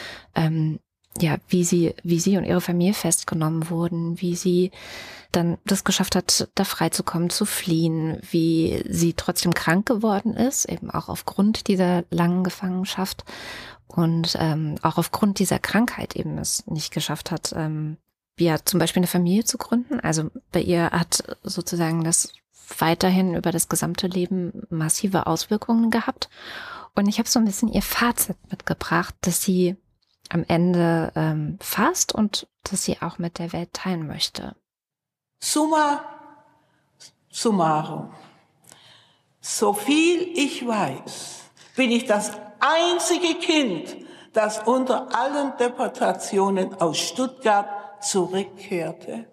wie sie und ihre Familie festgenommen wurden, wie sie dann das geschafft hat, da freizukommen, zu fliehen, wie sie trotzdem krank geworden ist, eben auch aufgrund dieser langen Gefangenschaft. Und auch aufgrund dieser Krankheit eben es nicht geschafft hat, zum Beispiel eine Familie zu gründen. Also bei ihr hat sozusagen das weiterhin über das gesamte Leben massive Auswirkungen gehabt. Und ich habe so ein bisschen ihr Fazit mitgebracht, dass sie am Ende fasst und dass sie auch mit der Welt teilen möchte. Summa summarum. So viel ich weiß, bin ich das einzige Kind, das unter allen Deportationen aus Stuttgart zurückkehrte.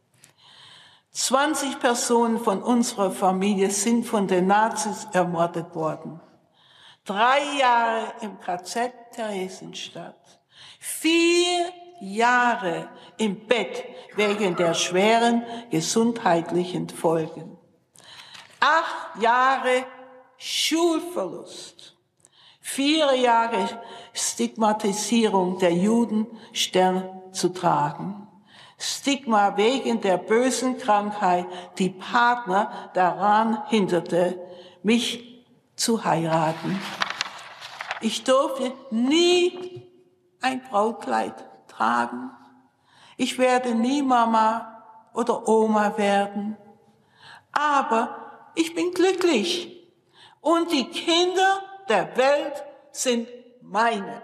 20 Personen von unserer Familie sind von den Nazis ermordet worden. 3 Jahre im KZ Theresienstadt. 4 Jahre im Bett wegen der schweren gesundheitlichen Folgen. 8 Jahre Schulverlust. 4 Jahre Stigmatisierung der Juden, Stern zu tragen. Stigma wegen der bösen Krankheit, die Partner daran hinderte, mich zu heiraten. Ich durfte nie ein Brautkleid tragen. Ich werde nie Mama oder Oma werden. Aber ich bin glücklich. Und die Kinder der Welt sind meine.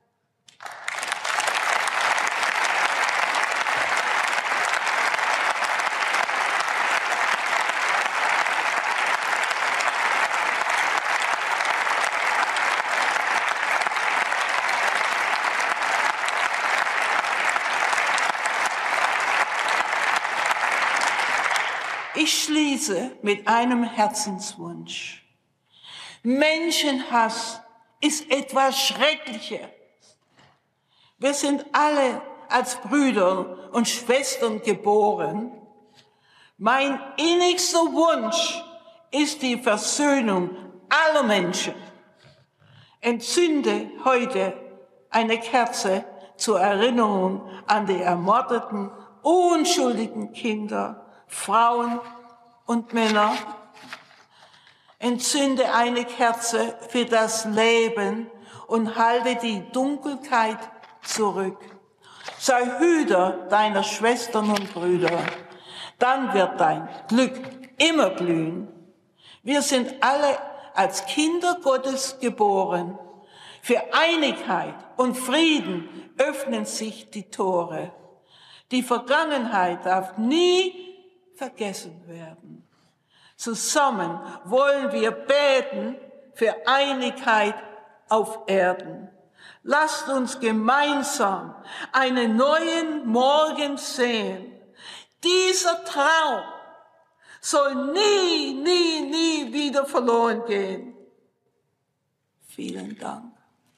Ich schließe mit einem Herzenswunsch. Menschenhass ist etwas Schreckliches. Wir sind alle als Brüder und Schwestern geboren. Mein innigster Wunsch ist die Versöhnung aller Menschen. Entzünde heute eine Kerze zur Erinnerung an die ermordeten, unschuldigen Kinder, Frauen und Männer. Entzünde eine Kerze für das Leben und halte die Dunkelheit zurück. Sei Hüter deiner Schwestern und Brüder. Dann wird dein Glück immer blühen. Wir sind alle als Kinder Gottes geboren. Für Einigkeit und Frieden öffnen sich die Tore. Die Vergangenheit darf nie vergessen werden. Zusammen wollen wir beten für Einigkeit auf Erden. Lasst uns gemeinsam einen neuen Morgen sehen. Dieser Traum soll nie, nie, nie wieder verloren gehen. Vielen Dank.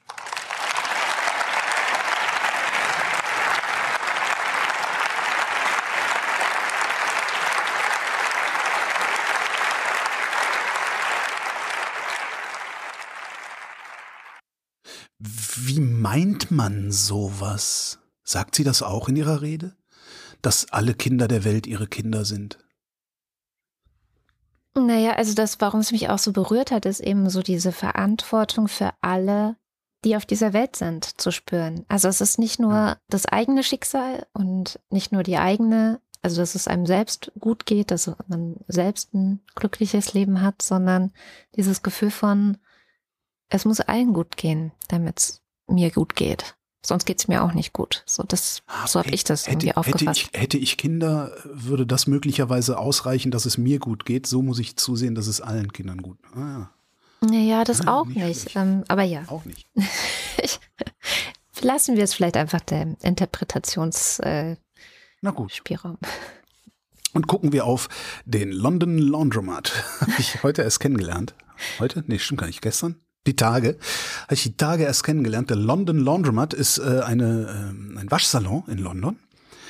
Wie meint man sowas? Sagt sie das auch in ihrer Rede? Dass alle Kinder der Welt ihre Kinder sind? Naja, also warum es mich auch so berührt hat, ist eben so diese Verantwortung für alle, die auf dieser Welt sind, zu spüren. Also es ist nicht nur das eigene Schicksal und nicht nur die eigene, also dass es einem selbst gut geht, dass man selbst ein glückliches Leben hat, sondern dieses Gefühl von, es muss allen gut gehen, damit es mir gut geht. Sonst geht es mir auch nicht gut. So habe ich das irgendwie aufgefasst. Hätte ich Kinder, würde das möglicherweise ausreichen, dass es mir gut geht. So muss ich zusehen, dass es allen Kindern gut geht. Naja, das auch nicht. Aber ja. Auch nicht. Lassen wir es vielleicht einfach der Interpretationsspielraum. Und gucken wir auf den London Laundromat. Habe ich heute erst kennengelernt. Heute? Nee, stimmt gar nicht. Gestern? Die Tage. Habe ich die Tage erst kennengelernt. Der London Laundromat ist ein Waschsalon in London.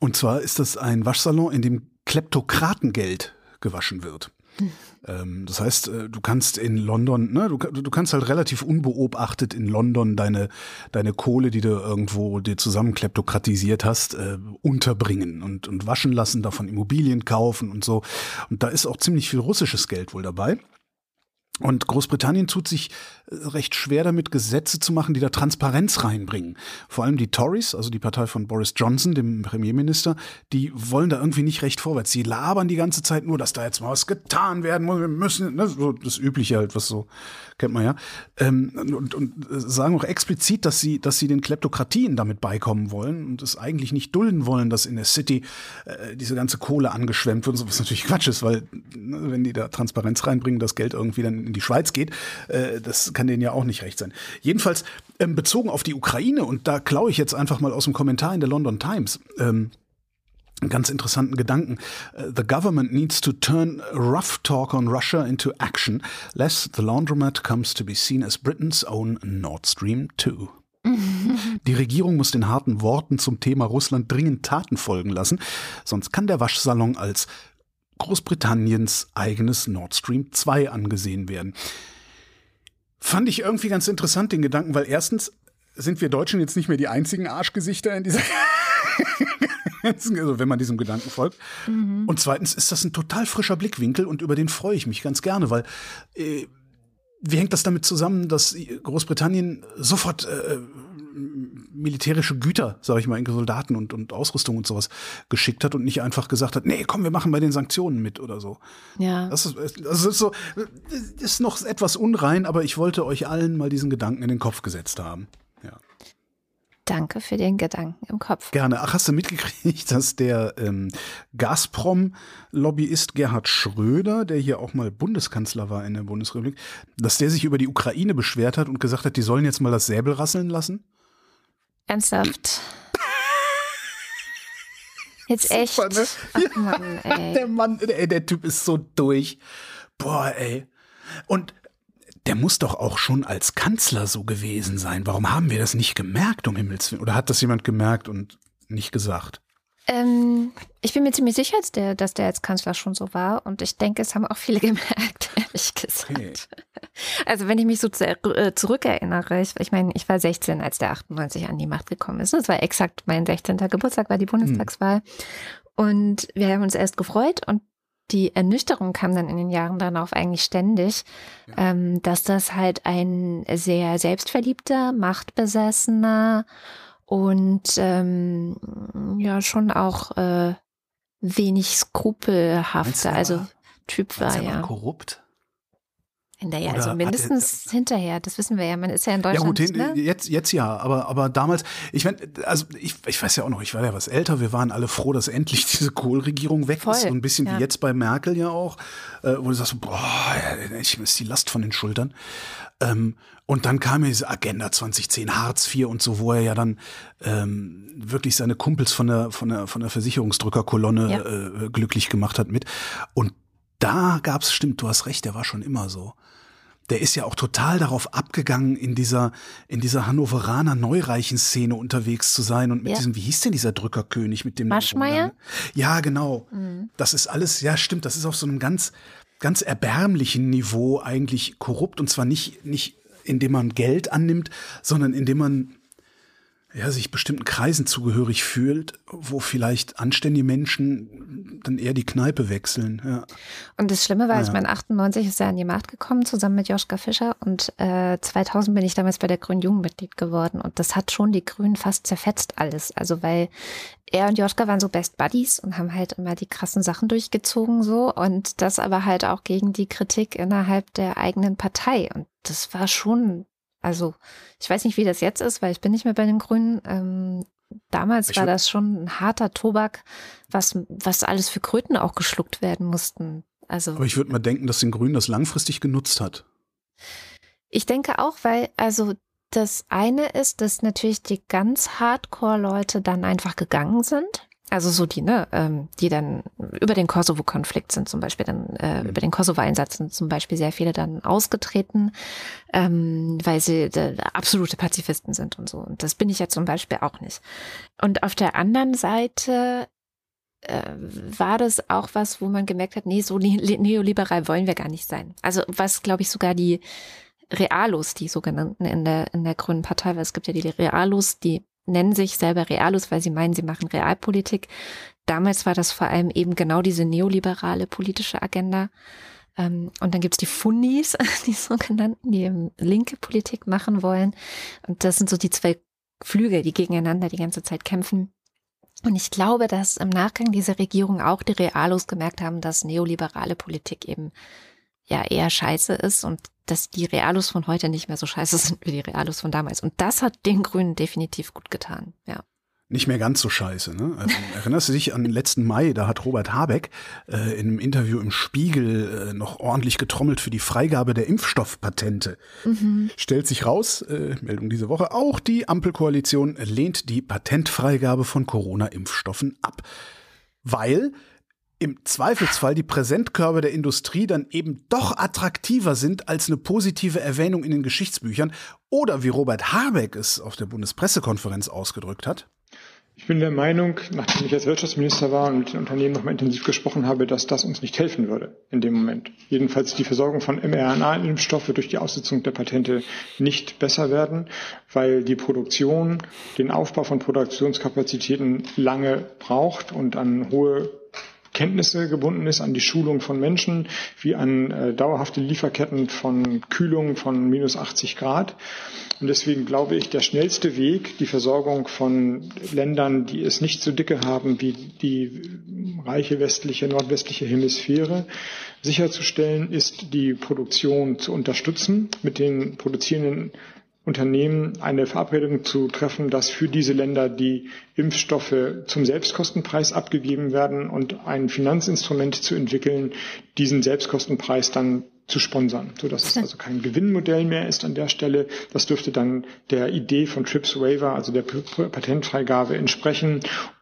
Und zwar ist das ein Waschsalon, in dem Kleptokratengeld gewaschen wird. Das heißt, du kannst in London, ne, du kannst halt relativ unbeobachtet in London deine Kohle, die du irgendwo dir zusammen kleptokratisiert hast, unterbringen und waschen lassen, davon Immobilien kaufen und so. Und da ist auch ziemlich viel russisches Geld wohl dabei. Und Großbritannien tut sich recht schwer damit, Gesetze zu machen, die da Transparenz reinbringen. Vor allem die Tories, also die Partei von Boris Johnson, dem Premierminister, die wollen da irgendwie nicht recht vorwärts. Sie labern die ganze Zeit nur, dass da jetzt mal was getan werden muss. Wir müssen, ne, so das Übliche halt, was so, kennt man ja. Und sagen auch explizit, dass sie den Kleptokratien damit beikommen wollen und es eigentlich nicht dulden wollen, dass in der City diese ganze Kohle angeschwemmt wird, was natürlich Quatsch ist, weil wenn die da Transparenz reinbringen, das Geld irgendwie dann in die Schweiz geht, das kann denen ja auch nicht recht sein. Jedenfalls bezogen auf die Ukraine, und da klaue ich jetzt einfach mal aus dem Kommentar in der London Times, einen ganz interessanten Gedanken. The government needs to turn rough talk on Russia into action, lest the laundromat comes to be seen as Britain's own Nord Stream 2. Die Regierung muss den harten Worten zum Thema Russland dringend Taten folgen lassen, sonst kann der Waschsalon als Großbritanniens eigenes Nord Stream 2 angesehen werden. Fand ich irgendwie ganz interessant, den Gedanken, weil erstens sind wir Deutschen jetzt nicht mehr die einzigen Arschgesichter in dieser also wenn man diesem Gedanken folgt. Und zweitens ist das ein total frischer Blickwinkel und über den freue ich mich ganz gerne, weil wie hängt das damit zusammen, dass Großbritannien sofort militärische Güter, sage ich mal, in Soldaten und Ausrüstung und sowas geschickt hat und nicht einfach gesagt hat, nee, komm, wir machen bei den Sanktionen mit oder so. Ja. Das ist noch etwas unrein, aber ich wollte euch allen mal diesen Gedanken in den Kopf gesetzt haben. Ja. Danke für den Gedanken im Kopf. Gerne. Ach, hast du mitgekriegt, dass der Gazprom-Lobbyist Gerhard Schröder, der hier auch mal Bundeskanzler war in der Bundesrepublik, dass der sich über die Ukraine beschwert hat und gesagt hat, die sollen jetzt mal das Säbel rasseln lassen? Ernsthaft? Jetzt echt? Super, ne? Ach Mann, ey. Der Mann, der Typ ist so durch. Boah, ey. Und der muss doch auch schon als Kanzler so gewesen sein. Warum haben wir das nicht gemerkt, um Himmels Willen? Oder hat das jemand gemerkt und nicht gesagt? Ich bin mir ziemlich sicher, dass der als Kanzler schon so war. Und ich denke, es haben auch viele gemerkt, ehrlich gesagt. Okay. Also wenn ich mich so zurückerinnere, ich meine, ich war 16, als der 98 an die Macht gekommen ist. Das war exakt mein 16. Geburtstag, war die Bundestagswahl. Und wir haben uns erst gefreut und die Ernüchterung kam dann in den Jahren darauf eigentlich ständig, dass das halt ein sehr selbstverliebter, machtbesessener und ja schon auch wenig skrupelhafter, also Typ war, ja. Korrupt? Hinterher, also mindestens hinterher, das wissen wir ja, man ist ja in Deutschland. Ja gut, jetzt ja, aber damals, ich meine, also ich weiß ja auch noch, ich war ja was älter, wir waren alle froh, dass endlich diese Kohl-Regierung weg ist, so ein bisschen wie jetzt bei Merkel ja auch, wo du sagst, boah, ich ist die Last von den Schultern. Und dann kam ja diese Agenda 2010, Hartz IV und so, wo er ja dann wirklich seine Kumpels von der Versicherungsdrückerkolonne glücklich gemacht hat mit. Und da gab's, stimmt, du hast recht, der war schon immer so. Der ist ja auch total darauf abgegangen, in dieser Hannoveraner Neureichen-Szene unterwegs zu sein und mit diesem, wie hieß denn dieser Drückerkönig mit dem Maschmeyer? Ja, genau. Das ist alles, ja stimmt, das ist auf so einem ganz, ganz erbärmlichen Niveau eigentlich korrupt, und zwar nicht indem man Geld annimmt, sondern indem man sich bestimmten Kreisen zugehörig fühlt, wo vielleicht anständige Menschen dann eher die Kneipe wechseln. Ja. Und das Schlimme war, ich meine, 98 ist er an die Macht gekommen, zusammen mit Joschka Fischer, und 2000 bin ich damals bei der Grünen Jugendmitglied geworden, und das hat schon die Grünen fast zerfetzt alles. Also weil er und Joschka waren so Best Buddies und haben halt immer die krassen Sachen durchgezogen so, und das aber halt auch gegen die Kritik innerhalb der eigenen Partei, und das war schon... Also ich weiß nicht, wie das jetzt ist, weil ich bin nicht mehr bei den Grünen. Damals war das schon ein harter Tobak, was alles für Kröten auch geschluckt werden mussten. Also, aber ich würde mal denken, dass den Grünen das langfristig genutzt hat. Ich denke auch, weil also das eine ist, dass natürlich die ganz Hardcore-Leute dann einfach gegangen sind. Also so die, die dann über den Kosovo-Konflikt sind zum Beispiel, dann über den Kosovo-Einsatz sind zum Beispiel sehr viele dann ausgetreten, weil sie absolute Pazifisten sind und so. Und das bin ich ja zum Beispiel auch nicht. Und auf der anderen Seite war das auch was, wo man gemerkt hat, nee, so neoliberal wollen wir gar nicht sein. Also was, glaube ich, sogar die Realos, die sogenannten in der Grünen Partei, weil es gibt ja die Realos, die nennen sich selber Realos, weil sie meinen, sie machen Realpolitik. Damals war das vor allem eben genau diese neoliberale politische Agenda. Und dann gibt's die Fundis, die sogenannten, die eben linke Politik machen wollen. Und das sind so die zwei Flügel, die gegeneinander die ganze Zeit kämpfen. Und ich glaube, dass im Nachgang dieser Regierung auch die Realos gemerkt haben, dass neoliberale Politik eben ja eher scheiße ist und dass die Realos von heute nicht mehr so scheiße sind wie die Realos von damals. Und das hat den Grünen definitiv gut getan, ja. Nicht mehr ganz so scheiße, ne? Also, erinnerst du dich an den letzten Mai, da hat Robert Habeck in einem Interview im Spiegel noch ordentlich getrommelt für die Freigabe der Impfstoffpatente. Stellt sich raus, Meldung diese Woche, auch die Ampelkoalition lehnt die Patentfreigabe von Corona-Impfstoffen ab. Weil im Zweifelsfall die Präsentkörbe der Industrie dann eben doch attraktiver sind als eine positive Erwähnung in den Geschichtsbüchern. Oder wie Robert Habeck es auf der Bundespressekonferenz ausgedrückt hat. Ich bin der Meinung, nachdem ich als Wirtschaftsminister war und mit den Unternehmen nochmal intensiv gesprochen habe, dass das uns nicht helfen würde in dem Moment. Jedenfalls die Versorgung von mRNA-Impfstoffe durch die Aussetzung der Patente nicht besser werden, weil die Produktion, den Aufbau von Produktionskapazitäten lange braucht und an hohe Kenntnisse gebunden ist, an die Schulung von Menschen, wie an dauerhafte Lieferketten von Kühlung von minus 80 Grad. Und deswegen glaube ich, der schnellste Weg, die Versorgung von Ländern, die es nicht so dicke haben wie die reiche nordwestliche Hemisphäre, sicherzustellen, ist die Produktion zu unterstützen, mit den produzierenden Unternehmen eine Verabredung zu treffen, dass für diese Länder die Impfstoffe zum Selbstkostenpreis abgegeben werden und ein Finanzinstrument zu entwickeln, diesen Selbstkostenpreis dann zu sponsern, sodass es also kein Gewinnmodell mehr ist an der Stelle. Das dürfte dann der Idee von TRIPS Waiver, also der Patentfreigabe, entsprechen,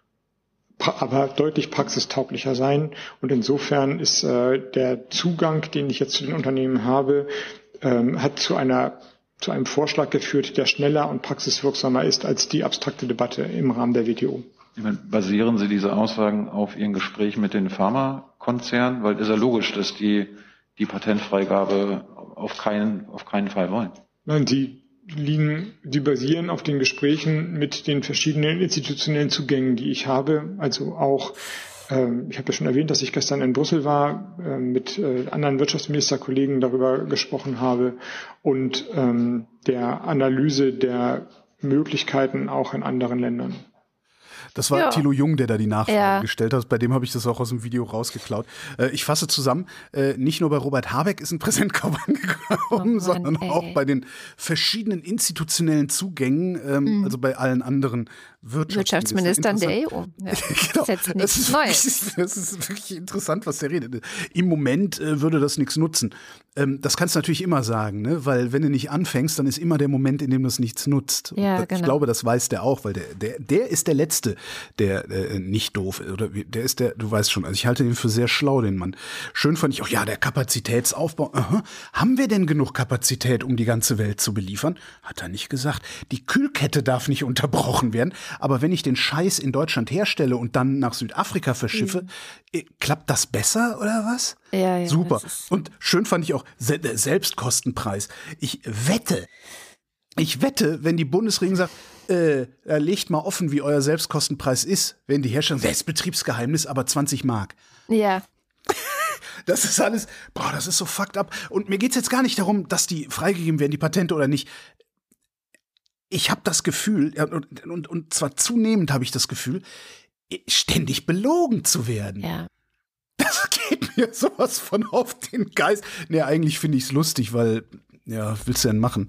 aber deutlich praxistauglicher sein. Und insofern ist der Zugang, den ich jetzt zu den Unternehmen habe, hat zu einem Vorschlag geführt, der schneller und praxiswirksamer ist als die abstrakte Debatte im Rahmen der WTO. Basieren Sie diese Aussagen auf Ihren Gesprächen mit den Pharmakonzernen? Weil es ist ja logisch, dass die Patentfreigabe auf keinen Fall wollen. Nein, die basieren auf den Gesprächen mit den verschiedenen institutionellen Zugängen, die ich habe. Also auch, ich habe ja schon erwähnt, dass ich gestern in Brüssel war, mit anderen Wirtschaftsministerkollegen darüber gesprochen habe und der Analyse der Möglichkeiten auch in anderen Ländern. Das war Thilo Jung, der da die Nachfrage gestellt hat. Bei dem habe ich das auch aus dem Video rausgeklaut. Ich fasse zusammen, nicht nur bei Robert Habeck ist ein Präsentkorb angekommen, sondern auch bei den verschiedenen institutionellen Zugängen, also bei allen anderen Wirtschaftsministern der EU. Ja. Genau. Das ist wirklich interessant, was der redet. Im Moment würde das nichts nutzen. Das kannst du natürlich immer sagen, ne? Weil wenn du nicht anfängst, dann ist immer der Moment, in dem das nichts nutzt. Ja, genau. Ich glaube, das weiß der auch, weil der ist der Letzte, der nicht doof ist. Oder der ist du weißt schon, also ich halte den für sehr schlau, den Mann. Schön fand ich auch, der Kapazitätsaufbau. Haben wir denn genug Kapazität, um die ganze Welt zu beliefern? Hat er nicht gesagt. Die Kühlkette darf nicht unterbrochen werden. Aber wenn ich den Scheiß in Deutschland herstelle und dann nach Südafrika verschiffe, klappt das besser oder was? Ja, super. Und schön fand ich auch Selbstkostenpreis. Ich wette, wenn die Bundesregierung sagt, legt mal offen, wie euer Selbstkostenpreis ist, wenn die Hersteller, das ist Betriebsgeheimnis, aber 20 Mark. Ja. Das ist alles, das ist so fucked up. Und mir geht's jetzt gar nicht darum, dass die freigegeben werden, die Patente oder nicht. Ich habe das Gefühl, und zwar zunehmend habe ich das Gefühl, ständig belogen zu werden. Ja. Das geht mir sowas von auf den Geist. Nee, eigentlich finde ich es lustig, weil, willst du denn machen?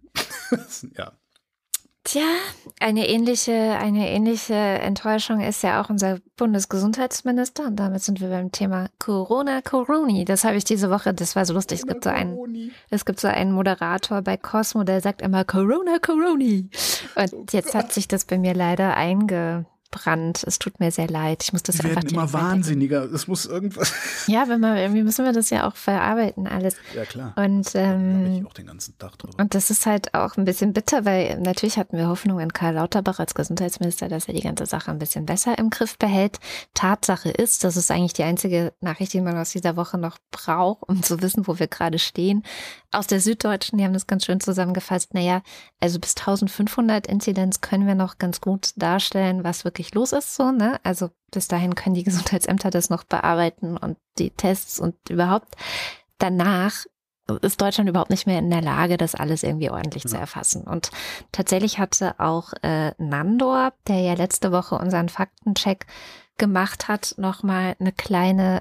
Ja. Tja, eine ähnliche Enttäuschung ist ja auch unser Bundesgesundheitsminister. Und damit sind wir beim Thema Corona-Coroni. Das habe ich diese Woche, das war so lustig. Es gibt so einen Moderator bei Cosmo, der sagt immer Corona-Coroni. Und jetzt hat sich das bei mir leider Brand. Es tut mir sehr leid. Ich muss das Wir einfach werden immer wahnsinniger. Es muss irgendwas. Ja, irgendwie müssen wir das ja auch verarbeiten alles. Ja, klar. Und da rede ich auch den ganzen Tag drüber. Und das ist halt auch ein bisschen bitter, weil natürlich hatten wir Hoffnung in Karl Lauterbach als Gesundheitsminister, dass er die ganze Sache ein bisschen besser im Griff behält. Tatsache ist, das ist eigentlich die einzige Nachricht, die man aus dieser Woche noch braucht, um zu wissen, wo wir gerade stehen. Aus der Süddeutschen, die haben das ganz schön zusammengefasst. Naja, also bis 1500 Inzidenz können wir noch ganz gut darstellen, was wirklich los ist, so, ne? Also bis dahin können die Gesundheitsämter das noch bearbeiten und die Tests und überhaupt. Danach ist Deutschland überhaupt nicht mehr in der Lage, das alles irgendwie ordentlich zu erfassen. Und tatsächlich hatte auch Nandor, der ja letzte Woche unseren Faktencheck gemacht hat, nochmal eine kleine,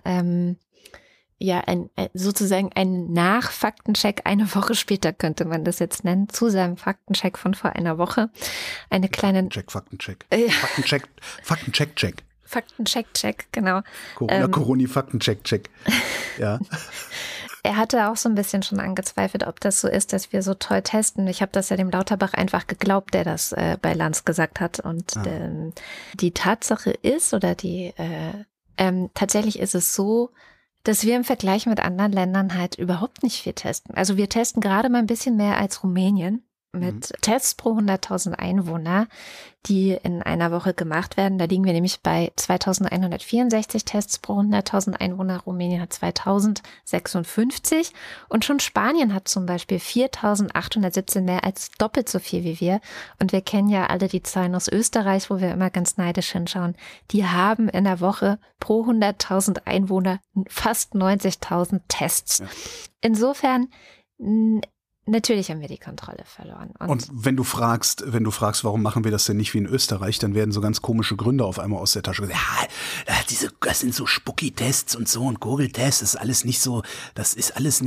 sozusagen ein Nachfaktencheck eine Woche später, könnte man das jetzt nennen, zu seinem Faktencheck von vor einer Woche. Eine kleine Faktencheck. Ja. Faktencheck. Faktencheck, genau. Corona-Faktencheck. Ja. Er hatte auch so ein bisschen schon angezweifelt, ob das so ist, dass wir so toll testen. Ich habe das ja dem Lauterbach einfach geglaubt, der das bei Lanz gesagt hat. Und die Tatsache ist, tatsächlich ist es so, dass wir im Vergleich mit anderen Ländern halt überhaupt nicht viel testen. Also wir testen gerade mal ein bisschen mehr als Rumänien mit Tests pro 100.000 Einwohner, die in einer Woche gemacht werden. Da liegen wir nämlich bei 2.164 Tests pro 100.000 Einwohner. Rumänien hat 2.056 und schon Spanien hat zum Beispiel 4.817, mehr als doppelt so viel wie wir. Und wir kennen ja alle die Zahlen aus Österreich, wo wir immer ganz neidisch hinschauen. Die haben in der Woche pro 100.000 Einwohner fast 90.000 Tests. Ja. Insofern natürlich haben wir die Kontrolle verloren. Und wenn du fragst, warum machen wir das denn nicht wie in Österreich, dann werden so ganz komische Gründe auf einmal aus der Tasche gesagt. Ja, das sind so Spucki-Tests und so und Gurgeltests, das ist alles nicht so, das ist alles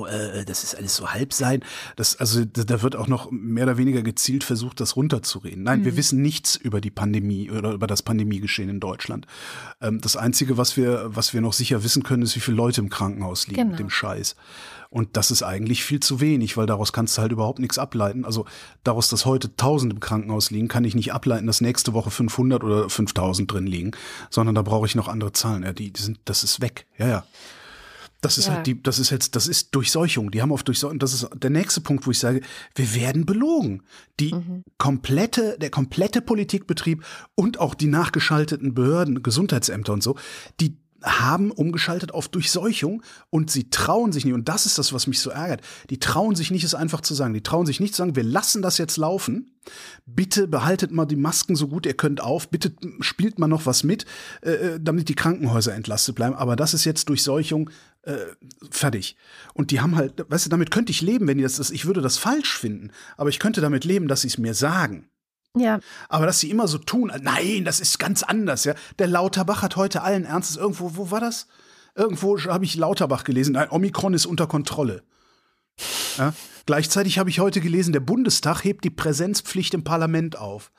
so Halbsein. Da wird auch noch mehr oder weniger gezielt versucht, das runterzureden. Nein, wir wissen nichts über die Pandemie oder über das Pandemiegeschehen in Deutschland. Das Einzige, was wir noch sicher wissen können, ist, wie viele Leute im Krankenhaus liegen mit dem Scheiß. Und das ist eigentlich viel zu wenig, weil daraus kannst du halt überhaupt nichts ableiten. Also daraus, dass heute 1.000 im Krankenhaus liegen, kann ich nicht ableiten, dass nächste Woche 500 oder 5.000 drin liegen, sondern da brauche ich noch andere Zahlen. Ja, das ist weg. Ja. Das ist das ist Durchseuchung. Die haben auf Durchseuchung. Das ist der nächste Punkt, wo ich sage, wir werden belogen. Der komplette Politikbetrieb und auch die nachgeschalteten Behörden, Gesundheitsämter und so, die haben umgeschaltet auf Durchseuchung und sie trauen sich nicht, und das ist das, was mich so ärgert, die trauen sich nicht, es einfach zu sagen. Die trauen sich nicht zu sagen, wir lassen das jetzt laufen, bitte behaltet mal die Masken so gut ihr könnt auf, bitte spielt mal noch was mit, damit die Krankenhäuser entlastet bleiben, aber das ist jetzt Durchseuchung, fertig. Und die haben halt, weißt du, damit könnte ich leben, wenn die ich würde das falsch finden, aber ich könnte damit leben, dass sie es mir sagen. Ja. Aber dass sie immer so tun, nein, das ist ganz anders, ja. Der Lauterbach hat heute allen Ernstes irgendwo, wo war das? Irgendwo habe ich Lauterbach gelesen, nein, Omikron ist unter Kontrolle. Ja? Gleichzeitig habe ich heute gelesen, der Bundestag hebt die Präsenzpflicht im Parlament auf.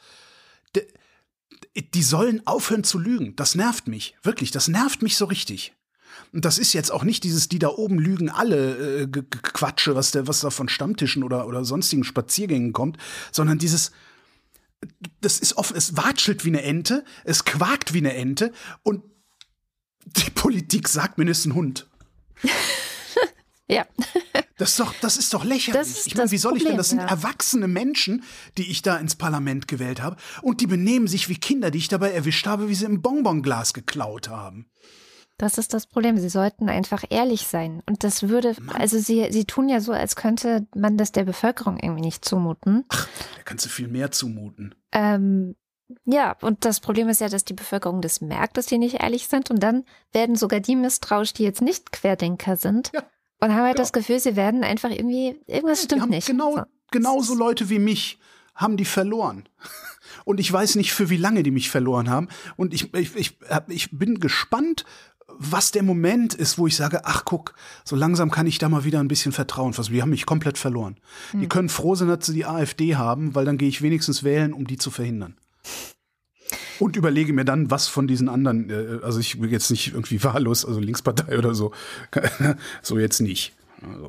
Die sollen aufhören zu lügen. Das nervt mich, wirklich, das nervt mich so richtig. Und das ist jetzt auch nicht dieses, die da oben lügen alle Quatsche, was da von Stammtischen oder sonstigen Spaziergängen kommt, sondern dieses, das ist offen, es watschelt wie eine Ente, es quakt wie eine Ente und die Politik sagt mir, das ist ein Hund. Ja. Das ist doch lächerlich. Ich meine, wie soll ich denn? Das sind erwachsene Menschen, die ich da ins Parlament gewählt habe und die benehmen sich wie Kinder, die ich dabei erwischt habe, wie sie im Bonbonglas geklaut haben. Das ist das Problem. Sie sollten einfach ehrlich sein. Und das würde, also sie tun ja so, als könnte man das der Bevölkerung irgendwie nicht zumuten. Ach, da kannst du viel mehr zumuten. Ja, und das Problem ist ja, dass die Bevölkerung das merkt, dass die nicht ehrlich sind. Und dann werden sogar die misstrauisch, die jetzt nicht Querdenker sind. Ja, und haben halt das Gefühl, sie werden einfach irgendwas stimmt nicht. Genauso Leute wie mich haben die verloren. Und ich weiß nicht, für wie lange die mich verloren haben. Und ich bin gespannt, was der Moment ist, wo ich sage, ach guck, so langsam kann ich da mal wieder ein bisschen vertrauen. Die haben mich komplett verloren. Die können froh sein, dass sie die AfD haben, weil dann gehe ich wenigstens wählen, um die zu verhindern. Und überlege mir dann, was von diesen anderen, also ich will jetzt nicht irgendwie wahllos, also Linkspartei oder so, so jetzt nicht. Also. Ja,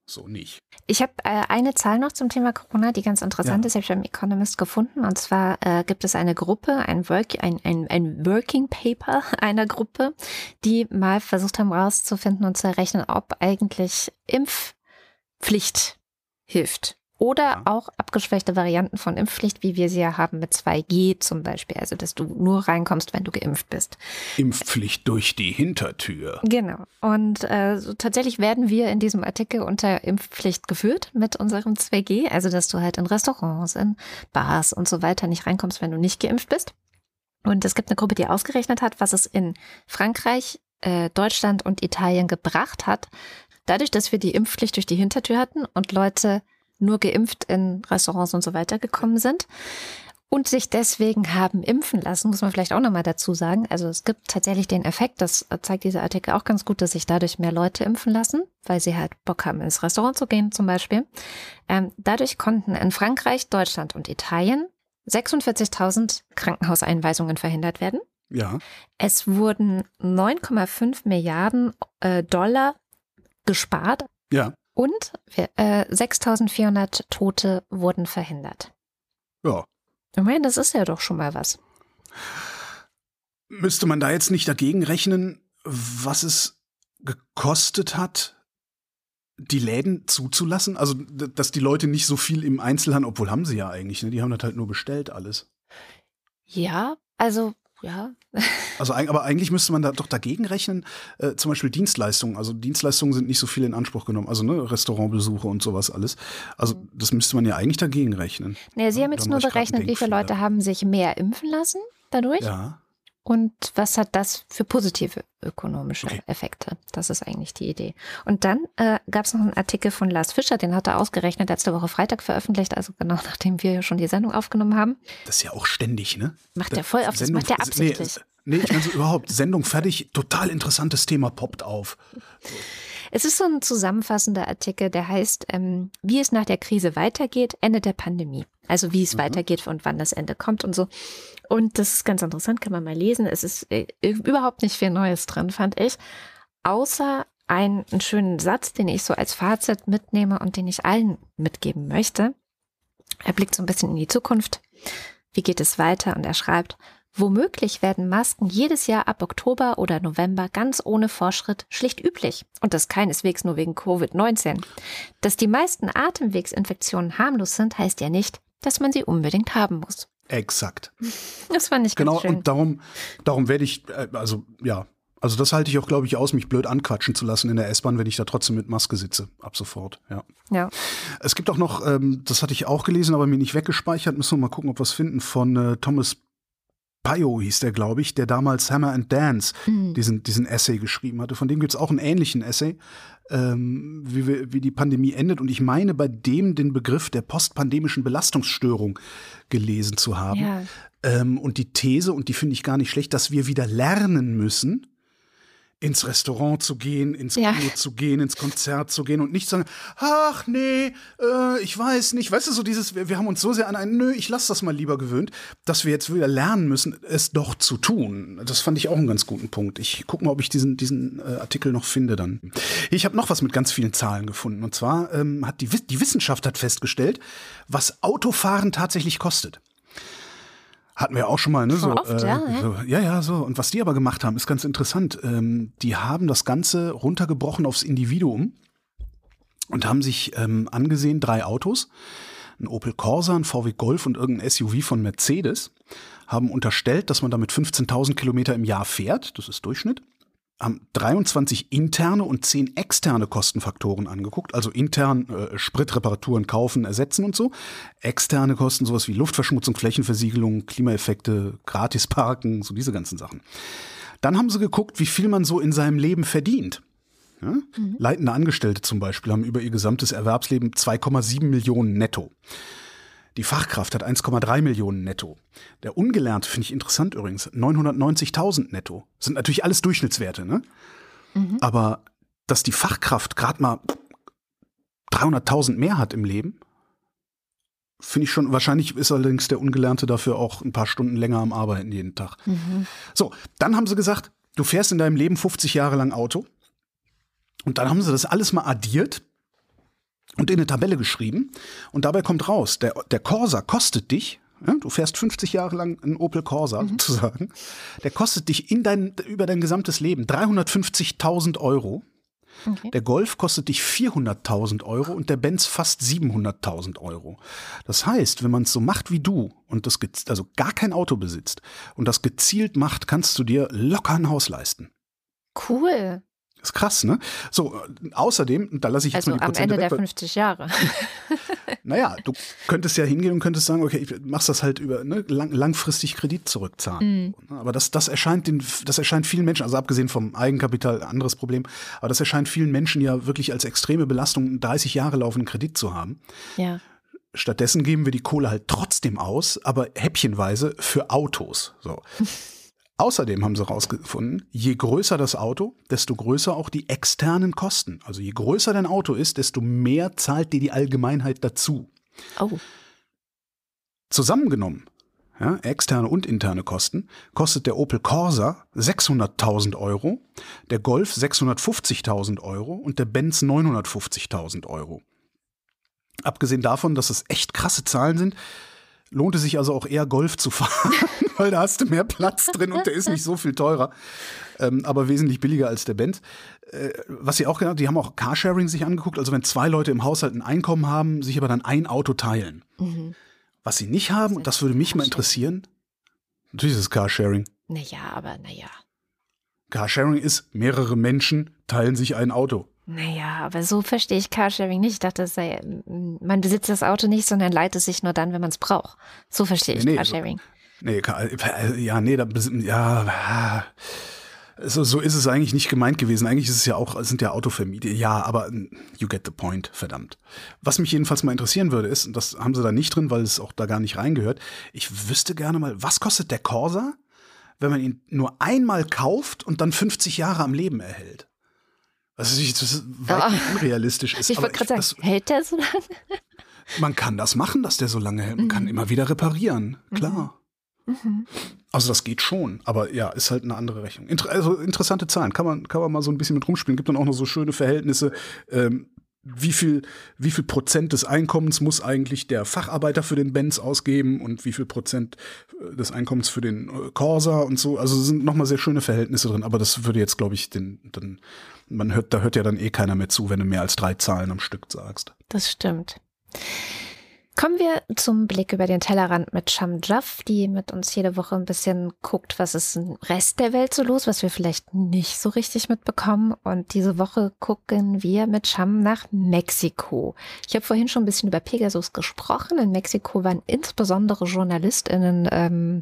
so nicht. Ich habe eine Zahl noch zum Thema Corona, die ganz interessant ist. Ich habe beim Economist gefunden. Und zwar gibt es eine Gruppe, ein Working Paper einer Gruppe, die mal versucht haben herauszufinden und zu errechnen, ob eigentlich Impfpflicht hilft. Oder auch abgeschwächte Varianten von Impfpflicht, wie wir sie ja haben mit 2G zum Beispiel. Also, dass du nur reinkommst, wenn du geimpft bist. Impfpflicht durch die Hintertür. Genau. Und so tatsächlich werden wir in diesem Artikel unter Impfpflicht geführt mit unserem 2G. Also, dass du halt in Restaurants, in Bars und so weiter nicht reinkommst, wenn du nicht geimpft bist. Und es gibt eine Gruppe, die ausgerechnet hat, was es in Frankreich, Deutschland und Italien gebracht hat. Dadurch, dass wir die Impfpflicht durch die Hintertür hatten und Leute nur geimpft in Restaurants und so weiter gekommen sind und sich deswegen haben impfen lassen, muss man vielleicht auch nochmal dazu sagen. Also es gibt tatsächlich den Effekt, das zeigt dieser Artikel auch ganz gut, dass sich dadurch mehr Leute impfen lassen, weil sie halt Bock haben, ins Restaurant zu gehen zum Beispiel. Dadurch konnten in Frankreich, Deutschland und Italien 46.000 Krankenhauseinweisungen verhindert werden. Ja. Es wurden 9,5 Milliarden Dollar gespart. Ja. Und 6.400 Tote wurden verhindert. Ja. Ich meine, das ist ja doch schon mal was. Müsste man da jetzt nicht dagegen rechnen, was es gekostet hat, die Läden zuzulassen? Also, dass die Leute nicht so viel im Einzelhandel, obwohl haben sie ja eigentlich, ne? Die haben das halt nur bestellt alles. Ja, also, ja. Also, aber eigentlich müsste man da doch dagegen rechnen, zum Beispiel Dienstleistungen. Also Dienstleistungen sind nicht so viel in Anspruch genommen. Also ne, Restaurantbesuche und sowas alles. Also das müsste man ja eigentlich dagegen rechnen. Naja, Sie haben jetzt nur berechnet, wie viele Leute haben sich mehr impfen lassen dadurch. Ja. Und was hat das für positive ökonomische Effekte? Das ist eigentlich die Idee. Und dann gab es noch einen Artikel von Lars Fischer, den hat er ausgerechnet, letzte Woche Freitag veröffentlicht, also genau nachdem wir schon die Sendung aufgenommen haben. Das ist ja auch ständig, ne? Macht er voll auf, das macht er absichtlich. Nee, ich meine so überhaupt, Sendung fertig, total interessantes Thema poppt auf. Es ist so ein zusammenfassender Artikel, der heißt, wie es nach der Krise weitergeht, Ende der Pandemie. Also wie es weitergeht und wann das Ende kommt und so. Und das ist ganz interessant, kann man mal lesen. Es ist überhaupt nicht viel Neues drin, fand ich. Außer einen schönen Satz, den ich so als Fazit mitnehme und den ich allen mitgeben möchte. Er blickt so ein bisschen in die Zukunft. Wie geht es weiter? Und er schreibt, womöglich werden Masken jedes Jahr ab Oktober oder November ganz ohne Vorschritt schlicht üblich. Und das keineswegs nur wegen Covid-19. Dass die meisten Atemwegsinfektionen harmlos sind, heißt ja nicht, dass man sie unbedingt haben muss. Exakt. Das fand ich ganz schön. Genau, und darum werde ich, also das halte ich auch, glaube ich, aus, mich blöd anquatschen zu lassen in der S-Bahn, wenn ich da trotzdem mit Maske sitze, ab sofort, ja. Es gibt auch noch, das hatte ich auch gelesen, aber mir nicht weggespeichert, müssen wir mal gucken, ob wir es finden, von Thomas Payo hieß der, glaube ich, der damals Hammer and Dance diesen Essay geschrieben hatte. Von dem gibt es auch einen ähnlichen Essay, wie die Pandemie endet. Und ich meine, bei dem den Begriff der postpandemischen Belastungsstörung gelesen zu haben. Ja. Und die These, und die finde ich gar nicht schlecht, dass wir wieder lernen müssen, ins Restaurant zu gehen, ins Kino zu gehen, ins Konzert zu gehen und nicht sagen, ach nee, ich weiß nicht. Weißt du, so dieses, wir haben uns so sehr an ich lass das mal lieber gewöhnt, dass wir jetzt wieder lernen müssen, es doch zu tun. Das fand ich auch einen ganz guten Punkt. Ich gucke mal, ob ich diesen Artikel noch finde dann. Ich habe noch was mit ganz vielen Zahlen gefunden. Und zwar hat die Wissenschaft hat festgestellt, was Autofahren tatsächlich kostet. Hatten wir auch schon mal, ne? So oft, so. Und was die aber gemacht haben, ist ganz interessant. Die haben das Ganze runtergebrochen aufs Individuum und haben sich angesehen, 3 Autos, ein Opel Corsa, ein VW Golf und irgendein SUV von Mercedes, haben unterstellt, dass man damit 15.000 Kilometer im Jahr fährt, das ist Durchschnitt, haben 23 interne und 10 externe Kostenfaktoren angeguckt. Also intern Spritreparaturen kaufen, ersetzen und so. Externe Kosten, sowas wie Luftverschmutzung, Flächenversiegelung, Klimaeffekte, Gratisparken, so diese ganzen Sachen. Dann haben sie geguckt, wie viel man so in seinem Leben verdient. Ja? Leitende Angestellte zum Beispiel haben über ihr gesamtes Erwerbsleben 2,7 Millionen netto. Die Fachkraft hat 1,3 Millionen netto. Der Ungelernte, finde ich interessant übrigens, 990.000 netto. Das sind natürlich alles Durchschnittswerte, ne? Aber dass die Fachkraft gerade mal 300.000 mehr hat im Leben, finde ich schon, wahrscheinlich ist allerdings der Ungelernte dafür auch ein paar Stunden länger am Arbeiten jeden Tag. So, dann haben sie gesagt, du fährst in deinem Leben 50 Jahre lang Auto. Und dann haben sie das alles mal addiert und in eine Tabelle geschrieben. Und dabei kommt raus, der Corsa kostet dich, ja, du fährst 50 Jahre lang einen Opel Corsa sozusagen, der kostet dich über dein gesamtes Leben 350.000 €. Okay. Der Golf kostet dich 400.000 € und der Benz fast 700.000 €. Das heißt, wenn man es so macht wie du und also gar kein Auto besitzt und das gezielt macht, kannst du dir locker ein Haus leisten. Cool. Ist krass, ne? So, außerdem, da lasse ich jetzt Also mal die am Prozente Ende weg. der 50 Jahre. Naja, du könntest ja hingehen und könntest sagen, okay, ich mach's das halt über langfristig Kredit zurückzahlen. Aber das erscheint vielen Menschen, also abgesehen vom Eigenkapital, anderes Problem, aber das erscheint vielen Menschen ja wirklich als extreme Belastung, einen 30 Jahre laufenden Kredit zu haben. Ja. Stattdessen geben wir die Kohle halt trotzdem aus, aber häppchenweise für Autos. So. Außerdem haben sie herausgefunden, je größer das Auto, desto größer auch die externen Kosten. Also je größer dein Auto ist, desto mehr zahlt dir die Allgemeinheit dazu. Oh. Zusammengenommen, ja, externe und interne Kosten, kostet der Opel Corsa 600.000 €, der Golf 650.000 € und der Benz 950.000 €. Abgesehen davon, dass es echt krasse Zahlen sind, lohnt es sich also auch eher Golf zu fahren, weil da hast du mehr Platz drin und der ist nicht so viel teurer, aber wesentlich billiger als der Benz. Was sie auch genannt, die haben auch Carsharing sich angeguckt, also wenn 2 Leute im Haushalt ein Einkommen haben, sich aber dann ein Auto teilen. Was sie nicht haben, und das würde mich mal interessieren, natürlich ist es Carsharing. Naja. Carsharing ist, mehrere Menschen teilen sich ein Auto. Naja, aber so verstehe ich Carsharing nicht. Ich dachte, man besitzt das Auto nicht, sondern leiht es sich nur dann, wenn man es braucht. So verstehe ich Carsharing. So ist es eigentlich nicht gemeint gewesen. Eigentlich ist es ja auch, sind ja Autovermieter. Ja, aber you get the point, verdammt. Was mich jedenfalls mal interessieren würde, ist, und das haben sie da nicht drin, weil es auch da gar nicht reingehört, ich wüsste gerne mal, was kostet der Corsa, wenn man ihn nur einmal kauft und dann 50 Jahre am Leben erhält? Was weit unrealistisch ist. Ich wollte gerade sagen, hält der so lange? Man kann das machen, dass der so lange hält. Man kann immer wieder reparieren, klar. Also das geht schon, aber ja, ist halt eine andere Rechnung. Also interessante Zahlen, kann man mal so ein bisschen mit rumspielen. Gibt dann auch noch so schöne Verhältnisse, wie viel Prozent des Einkommens muss eigentlich der Facharbeiter für den Benz ausgeben und wie viel Prozent des Einkommens für den Corsa und so. Also sind nochmal sehr schöne Verhältnisse drin, aber das würde jetzt, glaube ich, da hört ja dann eh keiner mehr zu, wenn du mehr als 3 Zahlen am Stück sagst. Das stimmt. Kommen wir zum Blick über den Tellerrand mit Sham Jaff, die mit uns jede Woche ein bisschen guckt, was ist im Rest der Welt so los, was wir vielleicht nicht so richtig mitbekommen. Und diese Woche gucken wir mit Sham nach Mexiko. Ich habe vorhin schon ein bisschen über Pegasus gesprochen. In Mexiko waren insbesondere JournalistInnen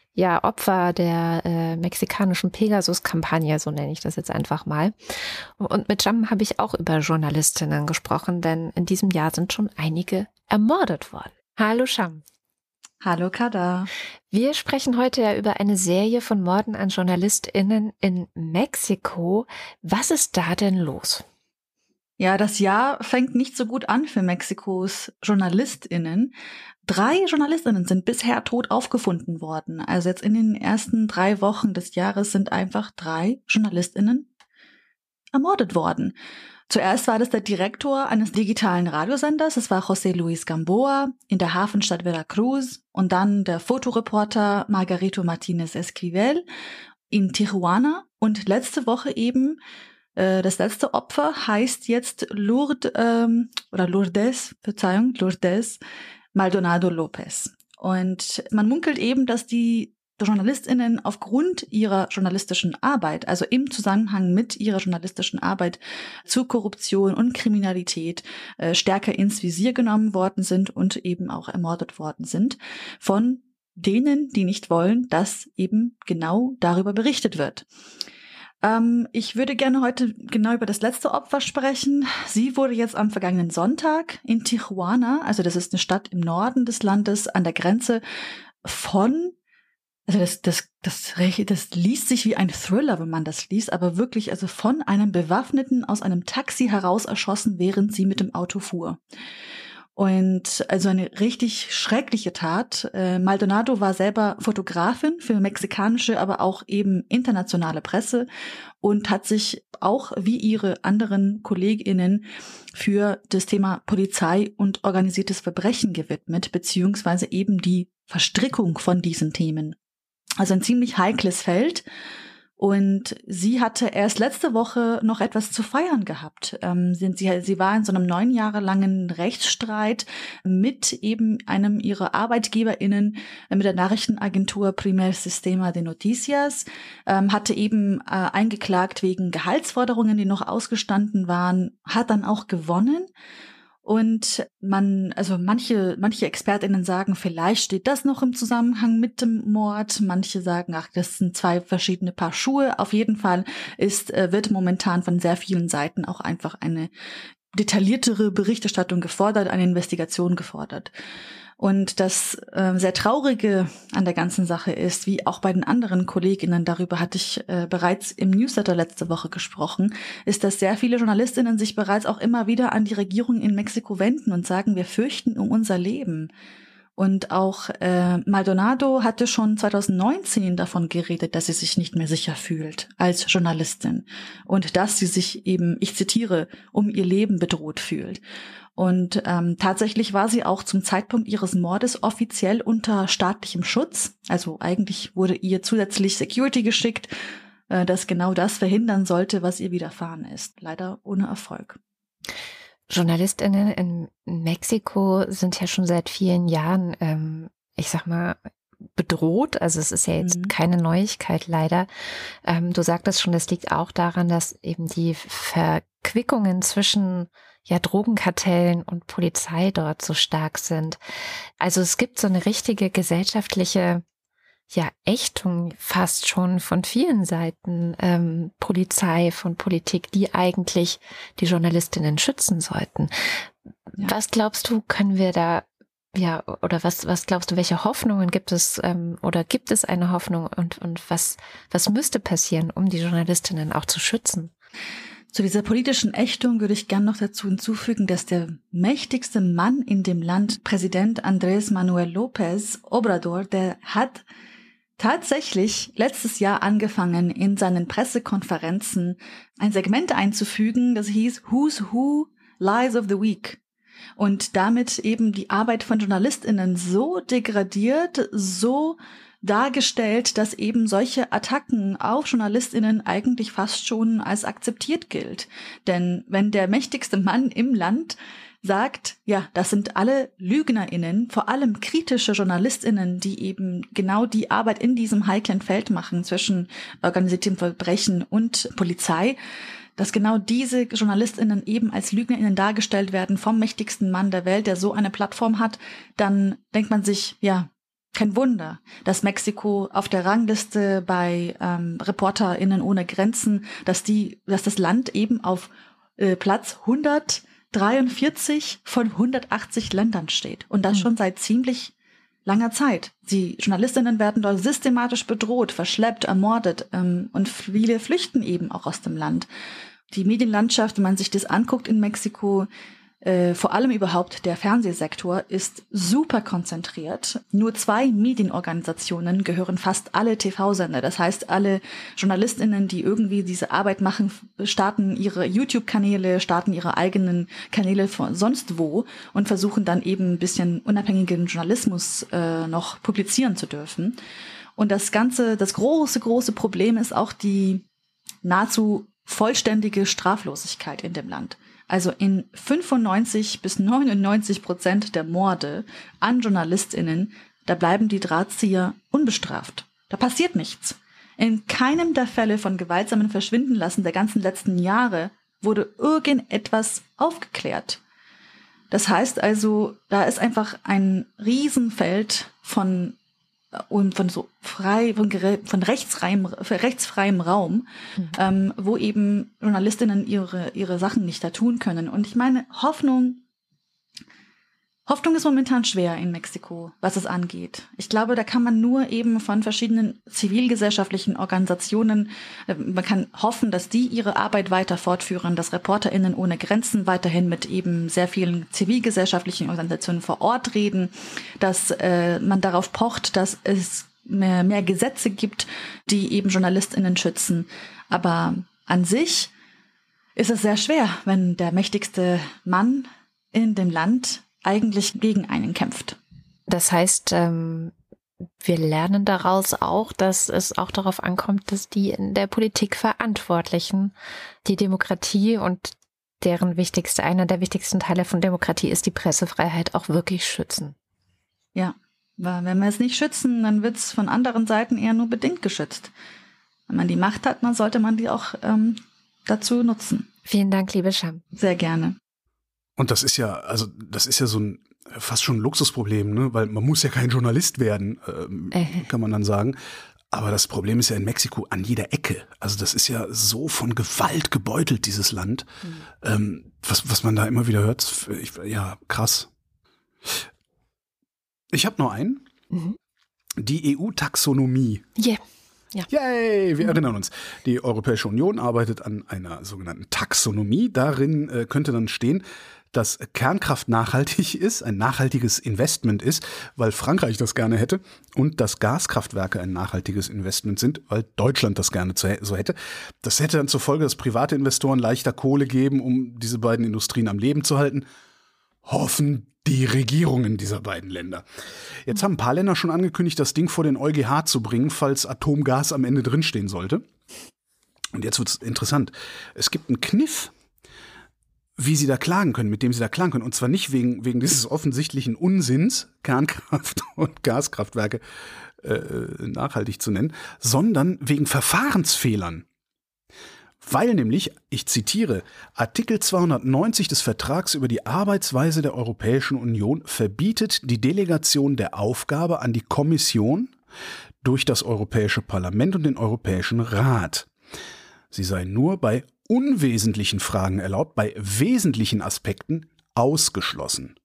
Opfer der mexikanischen Pegasus-Kampagne, so nenne ich das jetzt einfach mal. Und mit Sham habe ich auch über Journalistinnen gesprochen, denn in diesem Jahr sind schon einige ermordet worden. Hallo Sham. Hallo Kada. Wir sprechen heute ja über eine Serie von Morden an JournalistInnen in Mexiko. Was ist da denn los? Ja, das Jahr fängt nicht so gut an für Mexikos JournalistInnen. 3 JournalistInnen sind bisher tot aufgefunden worden. Also jetzt in den ersten 3 Wochen des Jahres sind einfach 3 JournalistInnen ermordet worden. Zuerst war das der Direktor eines digitalen Radiosenders, das war José Luis Gamboa in der Hafenstadt Veracruz, und dann der Fotoreporter Margarito Martínez Esquivel in Tijuana, und letzte Woche eben das letzte Opfer heißt jetzt Lourdes Maldonado López. Und man munkelt eben, dass die JournalistInnen aufgrund ihrer journalistischen Arbeit, also im Zusammenhang mit ihrer journalistischen Arbeit zu Korruption und Kriminalität stärker ins Visier genommen worden sind und eben auch ermordet worden sind von denen, die nicht wollen, dass eben genau darüber berichtet wird. Ich würde gerne heute genau über das letzte Opfer sprechen. Sie wurde jetzt am vergangenen Sonntag in Tijuana, also das ist eine Stadt im Norden des Landes, an der Grenze das liest sich wie ein Thriller, wenn man das liest, aber wirklich also von einem Bewaffneten aus einem Taxi heraus erschossen, während sie mit dem Auto fuhr. Und also eine richtig schreckliche Tat. Maldonado war selber Fotografin für mexikanische, aber auch eben internationale Presse und hat sich auch wie ihre anderen KollegInnen für das Thema Polizei und organisiertes Verbrechen gewidmet, beziehungsweise eben die Verstrickung von diesen Themen. Also ein ziemlich heikles Feld. Und sie hatte erst letzte Woche noch etwas zu feiern gehabt. Sie war in so einem 9 Jahre langen Rechtsstreit mit eben einem ihrer ArbeitgeberInnen, mit der Nachrichtenagentur Primer Sistema de Noticias, hatte eben eingeklagt wegen Gehaltsforderungen, die noch ausgestanden waren, hat dann auch gewonnen. Und manche ExpertInnen sagen, vielleicht steht das noch im Zusammenhang mit dem Mord. Manche sagen, ach, das sind 2 verschiedene Paar Schuhe. Auf jeden Fall wird momentan von sehr vielen Seiten auch einfach eine detailliertere Berichterstattung gefordert, eine Investigation gefordert. Und das sehr Traurige an der ganzen Sache ist, wie auch bei den anderen KollegInnen, darüber hatte ich bereits im Newsletter letzte Woche gesprochen, ist, dass sehr viele JournalistInnen sich bereits auch immer wieder an die Regierung in Mexiko wenden und sagen, wir fürchten um unser Leben. Und auch Maldonado hatte schon 2019 davon geredet, dass sie sich nicht mehr sicher fühlt als Journalistin und dass sie sich eben, ich zitiere, um ihr Leben bedroht fühlt. Und tatsächlich war sie auch zum Zeitpunkt ihres Mordes offiziell unter staatlichem Schutz. Also eigentlich wurde ihr zusätzlich Security geschickt, das genau das verhindern sollte, was ihr widerfahren ist. Leider ohne Erfolg. JournalistInnen in Mexiko sind ja schon seit vielen Jahren, ich sag mal, bedroht. Also es ist ja jetzt keine Neuigkeit leider. Du sagtest schon, das liegt auch daran, dass eben die Verquickungen zwischen Drogenkartellen und Polizei dort so stark sind. Also es gibt so eine richtige gesellschaftliche Ächtung fast schon von vielen Seiten, Polizei, von Politik, die eigentlich die Journalistinnen schützen sollten. Ja. Was glaubst du, können wir da, oder was glaubst du, welche Hoffnungen gibt es, oder gibt es eine Hoffnung und was müsste passieren, um die Journalistinnen auch zu schützen? Zu dieser politischen Ächtung würde ich gern noch dazu hinzufügen, dass der mächtigste Mann in dem Land, Präsident Andrés Manuel López Obrador, der hat tatsächlich letztes Jahr angefangen, in seinen Pressekonferenzen ein Segment einzufügen, das hieß Who's Who Lies of the Week. Und damit eben die Arbeit von JournalistInnen so degradiert, so dargestellt, dass eben solche Attacken auf JournalistInnen eigentlich fast schon als akzeptiert gilt. Denn wenn der mächtigste Mann im Land sagt, das sind alle LügnerInnen, vor allem kritische JournalistInnen, die eben genau die Arbeit in diesem heiklen Feld machen zwischen organisiertem Verbrechen und Polizei, dass genau diese JournalistInnen eben als LügnerInnen dargestellt werden vom mächtigsten Mann der Welt, der so eine Plattform hat, dann denkt man sich, kein Wunder, dass Mexiko auf der Rangliste bei ReporterInnen ohne Grenzen, dass das Land eben auf Platz 143 von 180 Ländern steht. Und das schon seit ziemlich langer Zeit. Die JournalistInnen werden dort systematisch bedroht, verschleppt, ermordet und viele flüchten eben auch aus dem Land. Die Medienlandschaft, wenn man sich das anguckt in Mexiko, vor allem überhaupt der Fernsehsektor ist super konzentriert. Nur 2 Medienorganisationen gehören fast alle TV-Sender. Das heißt, alle JournalistInnen, die irgendwie diese Arbeit machen, starten ihre YouTube-Kanäle, starten ihre eigenen Kanäle von sonst wo und versuchen dann eben ein bisschen unabhängigen Journalismus noch publizieren zu dürfen. Und das große Problem ist auch die nahezu vollständige Straflosigkeit in dem Land. Also in 95-99% der Morde an JournalistInnen, da bleiben die Drahtzieher unbestraft. Da passiert nichts. In keinem der Fälle von gewaltsamen Verschwindenlassen der ganzen letzten Jahre wurde irgendetwas aufgeklärt. Das heißt also, da ist einfach ein Riesenfeld von rechtsfreiem Raum, wo eben JournalistInnen ihre Sachen nicht da tun können. Und ich meine, Hoffnung Hoffnung ist momentan schwer in Mexiko, was es angeht. Ich glaube, da kann man nur eben von verschiedenen zivilgesellschaftlichen Organisationen, man kann hoffen, dass die ihre Arbeit weiter fortführen, dass ReporterInnen ohne Grenzen weiterhin mit eben sehr vielen zivilgesellschaftlichen Organisationen vor Ort reden, dass man darauf pocht, dass es mehr Gesetze gibt, die eben JournalistInnen schützen. Aber an sich ist es sehr schwer, wenn der mächtigste Mann in dem Land eigentlich gegen einen kämpft. Das heißt, wir lernen daraus auch, dass es auch darauf ankommt, dass die in der Politik Verantwortlichen die Demokratie und einer der wichtigsten Teile von Demokratie ist die Pressefreiheit, auch wirklich schützen. Ja, weil wenn wir es nicht schützen, dann wird es von anderen Seiten eher nur bedingt geschützt. Wenn man die Macht hat, dann sollte man die auch dazu nutzen. Vielen Dank, liebe Sham. Sehr gerne. Und das ist ja so ein fast schon ein Luxusproblem, ne? Weil man muss ja kein Journalist werden, kann man dann sagen. Aber das Problem ist ja in Mexiko an jeder Ecke. Also das ist ja so von Gewalt gebeutelt, dieses Land. Was man da immer wieder hört, ja, krass. Ich habe noch einen. Die EU-Taxonomie. Yeah. Ja. Yay, wir erinnern uns. Die Europäische Union arbeitet an einer sogenannten Taxonomie. Darin könnte dann stehen, dass Kernkraft nachhaltig ist, ein nachhaltiges Investment ist, weil Frankreich das gerne hätte, und dass Gaskraftwerke ein nachhaltiges Investment sind, weil Deutschland das gerne so hätte. Das hätte dann zur Folge, dass private Investoren leichter Kohle geben, um diese beiden Industrien am Leben zu halten. Hoffen die Regierungen dieser beiden Länder. Jetzt haben ein paar Länder schon angekündigt, das Ding vor den EuGH zu bringen, falls Atomgas am Ende drinstehen sollte. Und jetzt wird es interessant. Es gibt einen Kniff, wie sie da klagen können, mit dem sie da klagen können. Und zwar nicht wegen dieses offensichtlichen Unsinns, Kernkraft und Gaskraftwerke nachhaltig zu nennen, sondern wegen Verfahrensfehlern. Weil nämlich, ich zitiere, Artikel 290 des Vertrags über die Arbeitsweise der Europäischen Union verbietet die Delegation der Aufgabe an die Kommission durch das Europäische Parlament und den Europäischen Rat. Sie sei nur bei unwesentlichen Fragen erlaubt, bei wesentlichen Aspekten ausgeschlossen.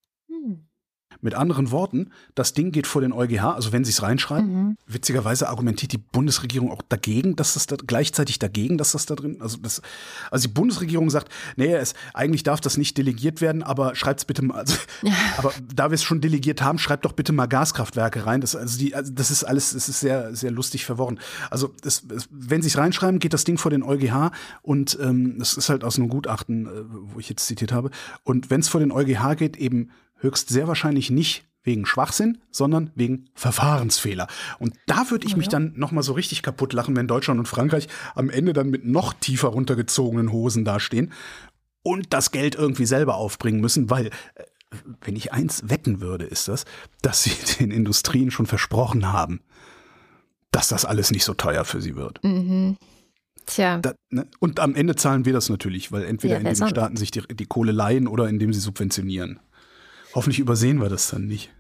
Mit anderen Worten, das Ding geht vor den EuGH, also wenn sie es reinschreiben. Witzigerweise argumentiert die Bundesregierung auch dagegen, dass das da gleichzeitig dagegen, dass das da drin, also die Bundesregierung sagt, nee, eigentlich darf das nicht delegiert werden, aber schreibt's bitte mal, aber da wir es schon delegiert haben, schreibt doch bitte mal Gaskraftwerke rein. Das ist alles, es ist sehr, sehr lustig verworren. Also wenn sie es reinschreiben, geht das Ding vor den EuGH und das ist halt aus einem Gutachten, wo ich jetzt zitiert habe. Und wenn es vor den EuGH geht, eben höchst sehr wahrscheinlich nicht wegen Schwachsinn, sondern wegen Verfahrensfehler. Und da würde ich mich dann nochmal so richtig kaputt lachen, wenn Deutschland und Frankreich am Ende dann mit noch tiefer runtergezogenen Hosen dastehen und das Geld irgendwie selber aufbringen müssen, weil, wenn ich eins wetten würde, ist das, dass sie den Industrien schon versprochen haben, dass das alles nicht so teuer für sie wird. Tja. Und am Ende zahlen wir das natürlich, weil entweder indem die Staaten sich die Kohle leihen oder indem sie subventionieren. Hoffentlich übersehen wir das dann nicht.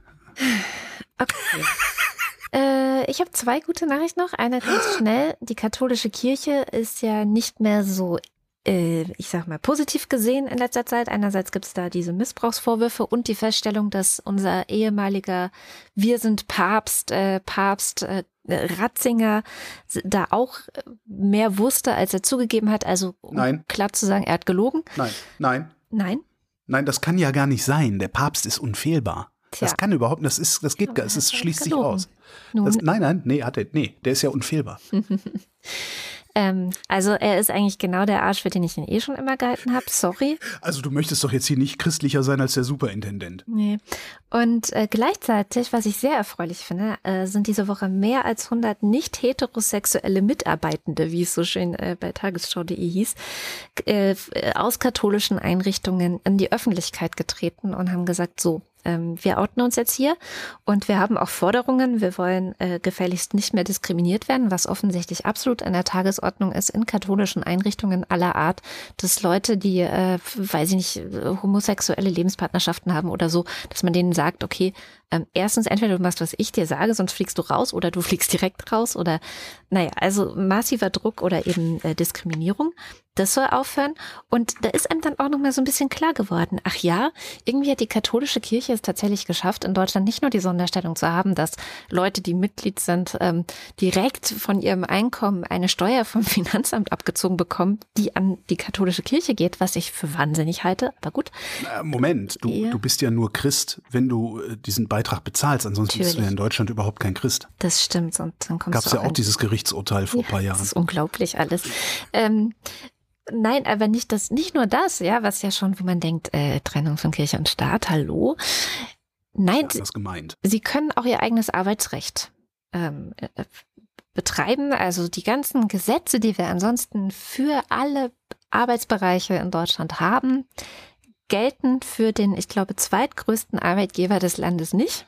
Okay. Ich habe 2 gute Nachrichten noch. Eine ganz schnell. Die katholische Kirche ist ja nicht mehr so, ich sag mal, positiv gesehen in letzter Zeit. Einerseits gibt es da diese Missbrauchsvorwürfe und die Feststellung, dass unser ehemaliger Wir sind Papst Ratzinger da auch mehr wusste, als er zugegeben hat. Also um klar zu sagen, er hat gelogen. Nein. Nein, das kann ja gar nicht sein. Der Papst ist unfehlbar. Tja. Das kann überhaupt, das geht gar, es schließt sich aus. Der ist ja unfehlbar. Also er ist eigentlich genau der Arsch, für den ich ihn schon immer gehalten habe. Sorry. Also du möchtest doch jetzt hier nicht christlicher sein als der Superintendent. Nee. Und gleichzeitig, was ich sehr erfreulich finde, sind diese Woche mehr als 100 nicht heterosexuelle Mitarbeitende, wie es so schön bei tagesschau.de hieß, aus katholischen Einrichtungen in die Öffentlichkeit getreten und haben gesagt, so, wir outen uns jetzt hier und wir haben auch Forderungen. Wir wollen gefälligst nicht mehr diskriminiert werden, was offensichtlich absolut an der Tagesordnung ist in katholischen Einrichtungen aller Art, dass Leute, die, weiß ich nicht, homosexuelle Lebenspartnerschaften haben oder so, dass man denen sagt, okay, Erstens, entweder du machst, was ich dir sage, sonst fliegst du raus oder du fliegst direkt raus oder, also massiver Druck oder eben Diskriminierung. Das soll aufhören. Und da ist einem dann auch nochmal so ein bisschen klar geworden, ach ja, irgendwie hat die katholische Kirche es tatsächlich geschafft, in Deutschland nicht nur die Sonderstellung zu haben, dass Leute, die Mitglied sind, direkt von ihrem Einkommen eine Steuer vom Finanzamt abgezogen bekommen, die an die katholische Kirche geht, was ich für wahnsinnig halte, aber gut. Moment, du bist ja nur Christ, wenn du diesen Beitrag bezahlst, ansonsten bist du ja in Deutschland überhaupt kein Christ. Das stimmt, und dann kommst Gab's du ja auch dieses Gerichtsurteil vor ein paar Jahren. Das ist unglaublich alles. Nein, aber nicht nur das, ja, was ja schon, wo man denkt, Trennung von Kirche und Staat, hallo. Nein, das gemeint. Sie können auch ihr eigenes Arbeitsrecht betreiben. Also die ganzen Gesetze, die wir ansonsten für alle Arbeitsbereiche in Deutschland haben, gelten für den, ich glaube, zweitgrößten Arbeitgeber des Landes nicht.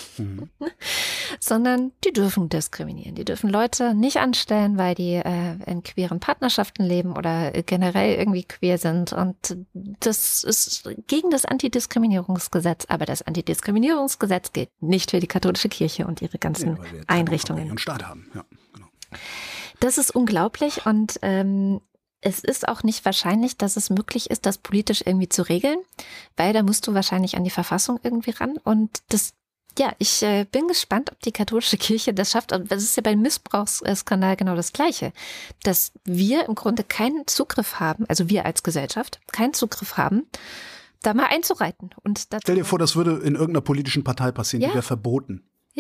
Sondern die dürfen diskriminieren. Die dürfen Leute nicht anstellen, weil die in queeren Partnerschaften leben oder generell irgendwie queer sind. Und das ist gegen das Antidiskriminierungsgesetz. Aber das Antidiskriminierungsgesetz gilt nicht für die katholische Kirche und ihre ganzen Einrichtungen. Und Staat haben. Ja, genau. Das ist unglaublich und es ist auch nicht wahrscheinlich, dass es möglich ist, das politisch irgendwie zu regeln, weil da musst du wahrscheinlich an die Verfassung irgendwie ran und ich bin gespannt, ob die katholische Kirche das schafft. Und das ist ja beim Missbrauchsskandal genau das Gleiche, dass wir im Grunde keinen Zugriff haben, also wir als Gesellschaft keinen Zugriff haben, da mal einzureiten. Und stell dir vor, das würde in irgendeiner politischen Partei passieren, die wäre verboten. Ja.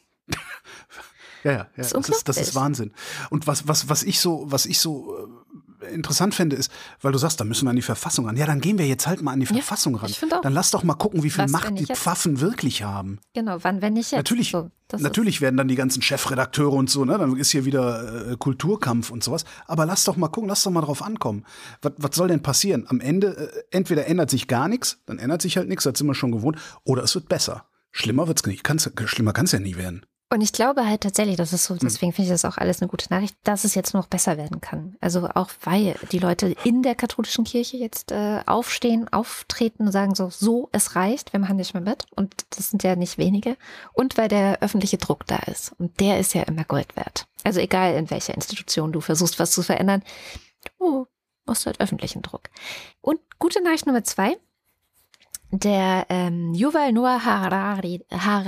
Ja. Das ist Wahnsinn. Und was ich so interessant fände, ist, weil du sagst, da müssen wir an die Verfassung ran. Ja, dann gehen wir jetzt halt mal an die Verfassung ran. Dann lass doch mal gucken, wie viel Macht die Pfaffen wirklich haben. Genau, wenn nicht jetzt? Natürlich werden dann die ganzen Chefredakteure und so, ne? Dann ist hier wieder Kulturkampf und sowas. Aber lass doch mal gucken, lass doch mal drauf ankommen. Was soll denn passieren? Am Ende, entweder ändert sich gar nichts, dann ändert sich halt nichts, das sind wir schon gewohnt, oder es wird besser. Schlimmer wird's nicht. Schlimmer kann's ja nie werden. Und ich glaube halt tatsächlich, das ist so, deswegen finde ich das auch alles eine gute Nachricht, dass es jetzt noch besser werden kann. Also auch weil die Leute in der katholischen Kirche jetzt auftreten und sagen so, es reicht, wir machen nicht mehr mit. Und das sind ja nicht wenige. Und weil der öffentliche Druck da ist. Und der ist ja immer Gold wert. Also egal in welcher Institution du versuchst, was zu verändern, du brauchst halt öffentlichen Druck. Und gute Nachricht Nummer 2. Der Yuval Noah Harari,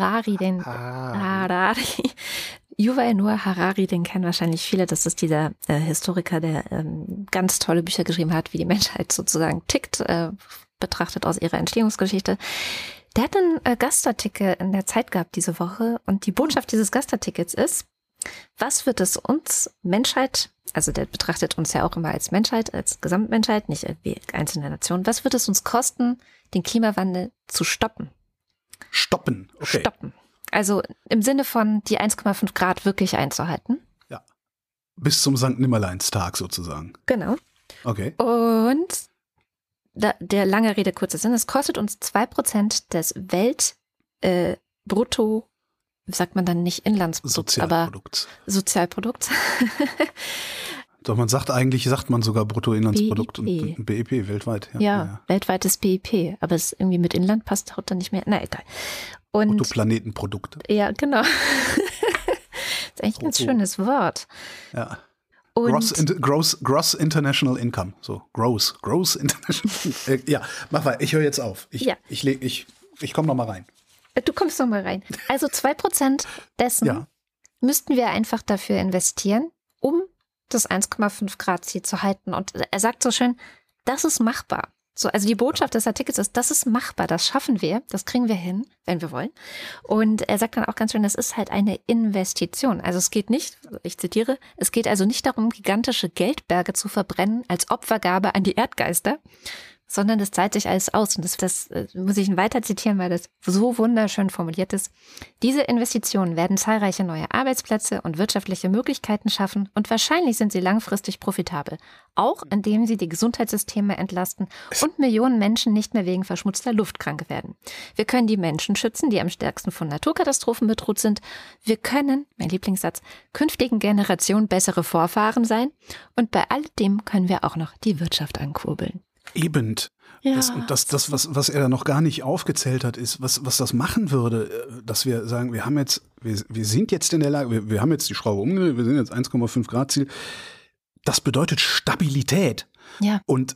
Yuval Noah Harari, den kennen wahrscheinlich viele. Das ist dieser Historiker, der ganz tolle Bücher geschrieben hat, wie die Menschheit sozusagen tickt, betrachtet aus ihrer Entstehungsgeschichte. Der hat einen Gastartikel in der Zeit gehabt diese Woche und die Botschaft dieses Gastartikels ist, was wird es uns Menschheit, also der betrachtet uns ja auch immer als Menschheit, als Gesamtmenschheit, nicht irgendwie einzelne Nationen, was wird es uns kosten, den Klimawandel zu stoppen? Stoppen, okay. Stoppen. Also im Sinne von die 1,5 Grad wirklich einzuhalten. Ja. Bis zum Sankt Nimmerleinstag sozusagen. Genau. Okay. Und der lange Rede, kurzer Sinn, es kostet uns 2% des Weltbrutto, sagt man dann nicht Inlandsprodukts, aber Sozialprodukts. Doch, sagt man sogar Bruttoinlandsprodukt und BIP weltweit. Ja, weltweites BIP, aber es irgendwie mit Inland passt haut dann nicht mehr. Na, egal. Und Bruttoplanetenprodukt. Ja, genau. Das ist eigentlich ein ganz schönes Wort. Ja. Gross International Income. So, Gross International. Ja, mach mal, ich höre jetzt auf. Ich komme noch mal rein. Du kommst noch mal rein. Also 2% dessen müssten wir einfach dafür investieren, um das 1,5 Grad Ziel zu halten. Und er sagt so schön, das ist machbar. So, also die Botschaft des Artikels ist, das ist machbar, das schaffen wir, das kriegen wir hin, wenn wir wollen. Und er sagt dann auch ganz schön, das ist halt eine Investition. Also es geht nicht, ich zitiere, es geht also nicht darum, gigantische Geldberge zu verbrennen als Opfergabe an die Erdgeister, sondern das zahlt sich alles aus. Und das muss ich weiter zitieren, weil das so wunderschön formuliert ist. Diese Investitionen werden zahlreiche neue Arbeitsplätze und wirtschaftliche Möglichkeiten schaffen und wahrscheinlich sind sie langfristig profitabel. Auch indem sie die Gesundheitssysteme entlasten und Millionen Menschen nicht mehr wegen verschmutzter Luft krank werden. Wir können die Menschen schützen, die am stärksten von Naturkatastrophen bedroht sind. Wir können, mein Lieblingssatz, künftigen Generationen bessere Vorfahren sein. Und bei alledem können wir auch noch die Wirtschaft ankurbeln. Eben. Ja, Was er da noch gar nicht aufgezählt hat, ist, was das machen würde, dass wir sagen, wir sind jetzt in der Lage, wir haben jetzt die Schraube umgedreht, wir sind jetzt 1,5 Grad Ziel. Das bedeutet Stabilität. Ja. Und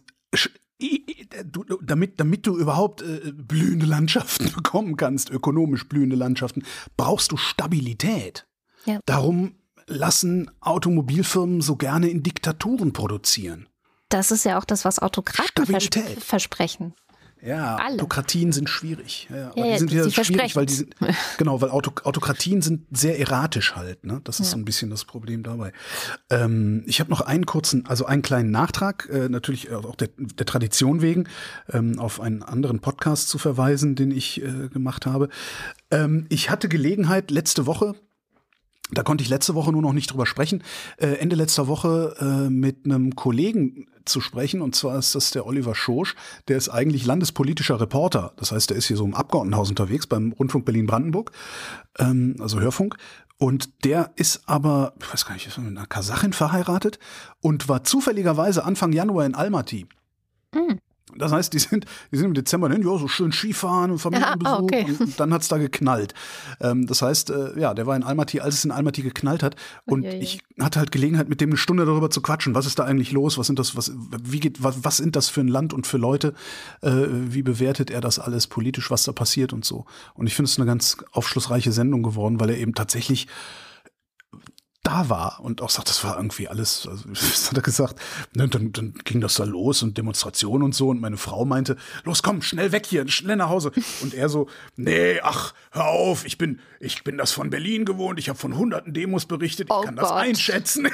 damit du überhaupt blühende Landschaften bekommen kannst, ökonomisch blühende Landschaften, brauchst du Stabilität. Ja. Darum lassen Automobilfirmen so gerne in Diktaturen produzieren. Das ist ja auch das, was Autokraten versprechen. Ja, Alle. Autokratien sind schwierig. Ja, Ja, die sind sie ja schwierig, versprechen. weil die sind, genau, weil Autokratien sind sehr erratisch halt. Ne? Das ist so ein bisschen das Problem dabei. Ich habe noch einen kleinen Nachtrag, natürlich auch der Tradition wegen, auf einen anderen Podcast zu verweisen, den ich gemacht habe. Ich hatte Gelegenheit letzte Woche, da konnte ich letzte Woche nur noch nicht drüber sprechen, Ende letzter Woche mit einem Kollegen zu sprechen, und zwar ist das der Oliver Schosch, der ist eigentlich landespolitischer Reporter, das heißt, der ist hier so im Abgeordnetenhaus unterwegs beim Rundfunk Berlin-Brandenburg, also Hörfunk, und der ist aber, ich weiß gar nicht, ist mit einer Kasachin verheiratet und war zufälligerweise Anfang Januar in Almaty. Das heißt, die sind im Dezember hin, ja, so schön Skifahren und Familienbesuch, okay. und dann hat's da geknallt. Das heißt, der war in Almaty, als es in Almaty geknallt hat, und ich hatte halt Gelegenheit, mit dem eine Stunde darüber zu quatschen. Was ist da eigentlich los? Was sind das für ein Land und für Leute? Wie bewertet er das alles politisch, was da passiert und so? Und ich finde es eine ganz aufschlussreiche Sendung geworden, weil er eben tatsächlich da war und auch sagt, das war irgendwie alles, also was hat er gesagt, ne, dann ging das da los und Demonstrationen und so, und meine Frau meinte, los komm, schnell weg hier, schnell nach Hause, und er so, nee, ach, hör auf, ich bin das von Berlin gewohnt, ich habe von hunderten Demos berichtet, ich kann das einschätzen.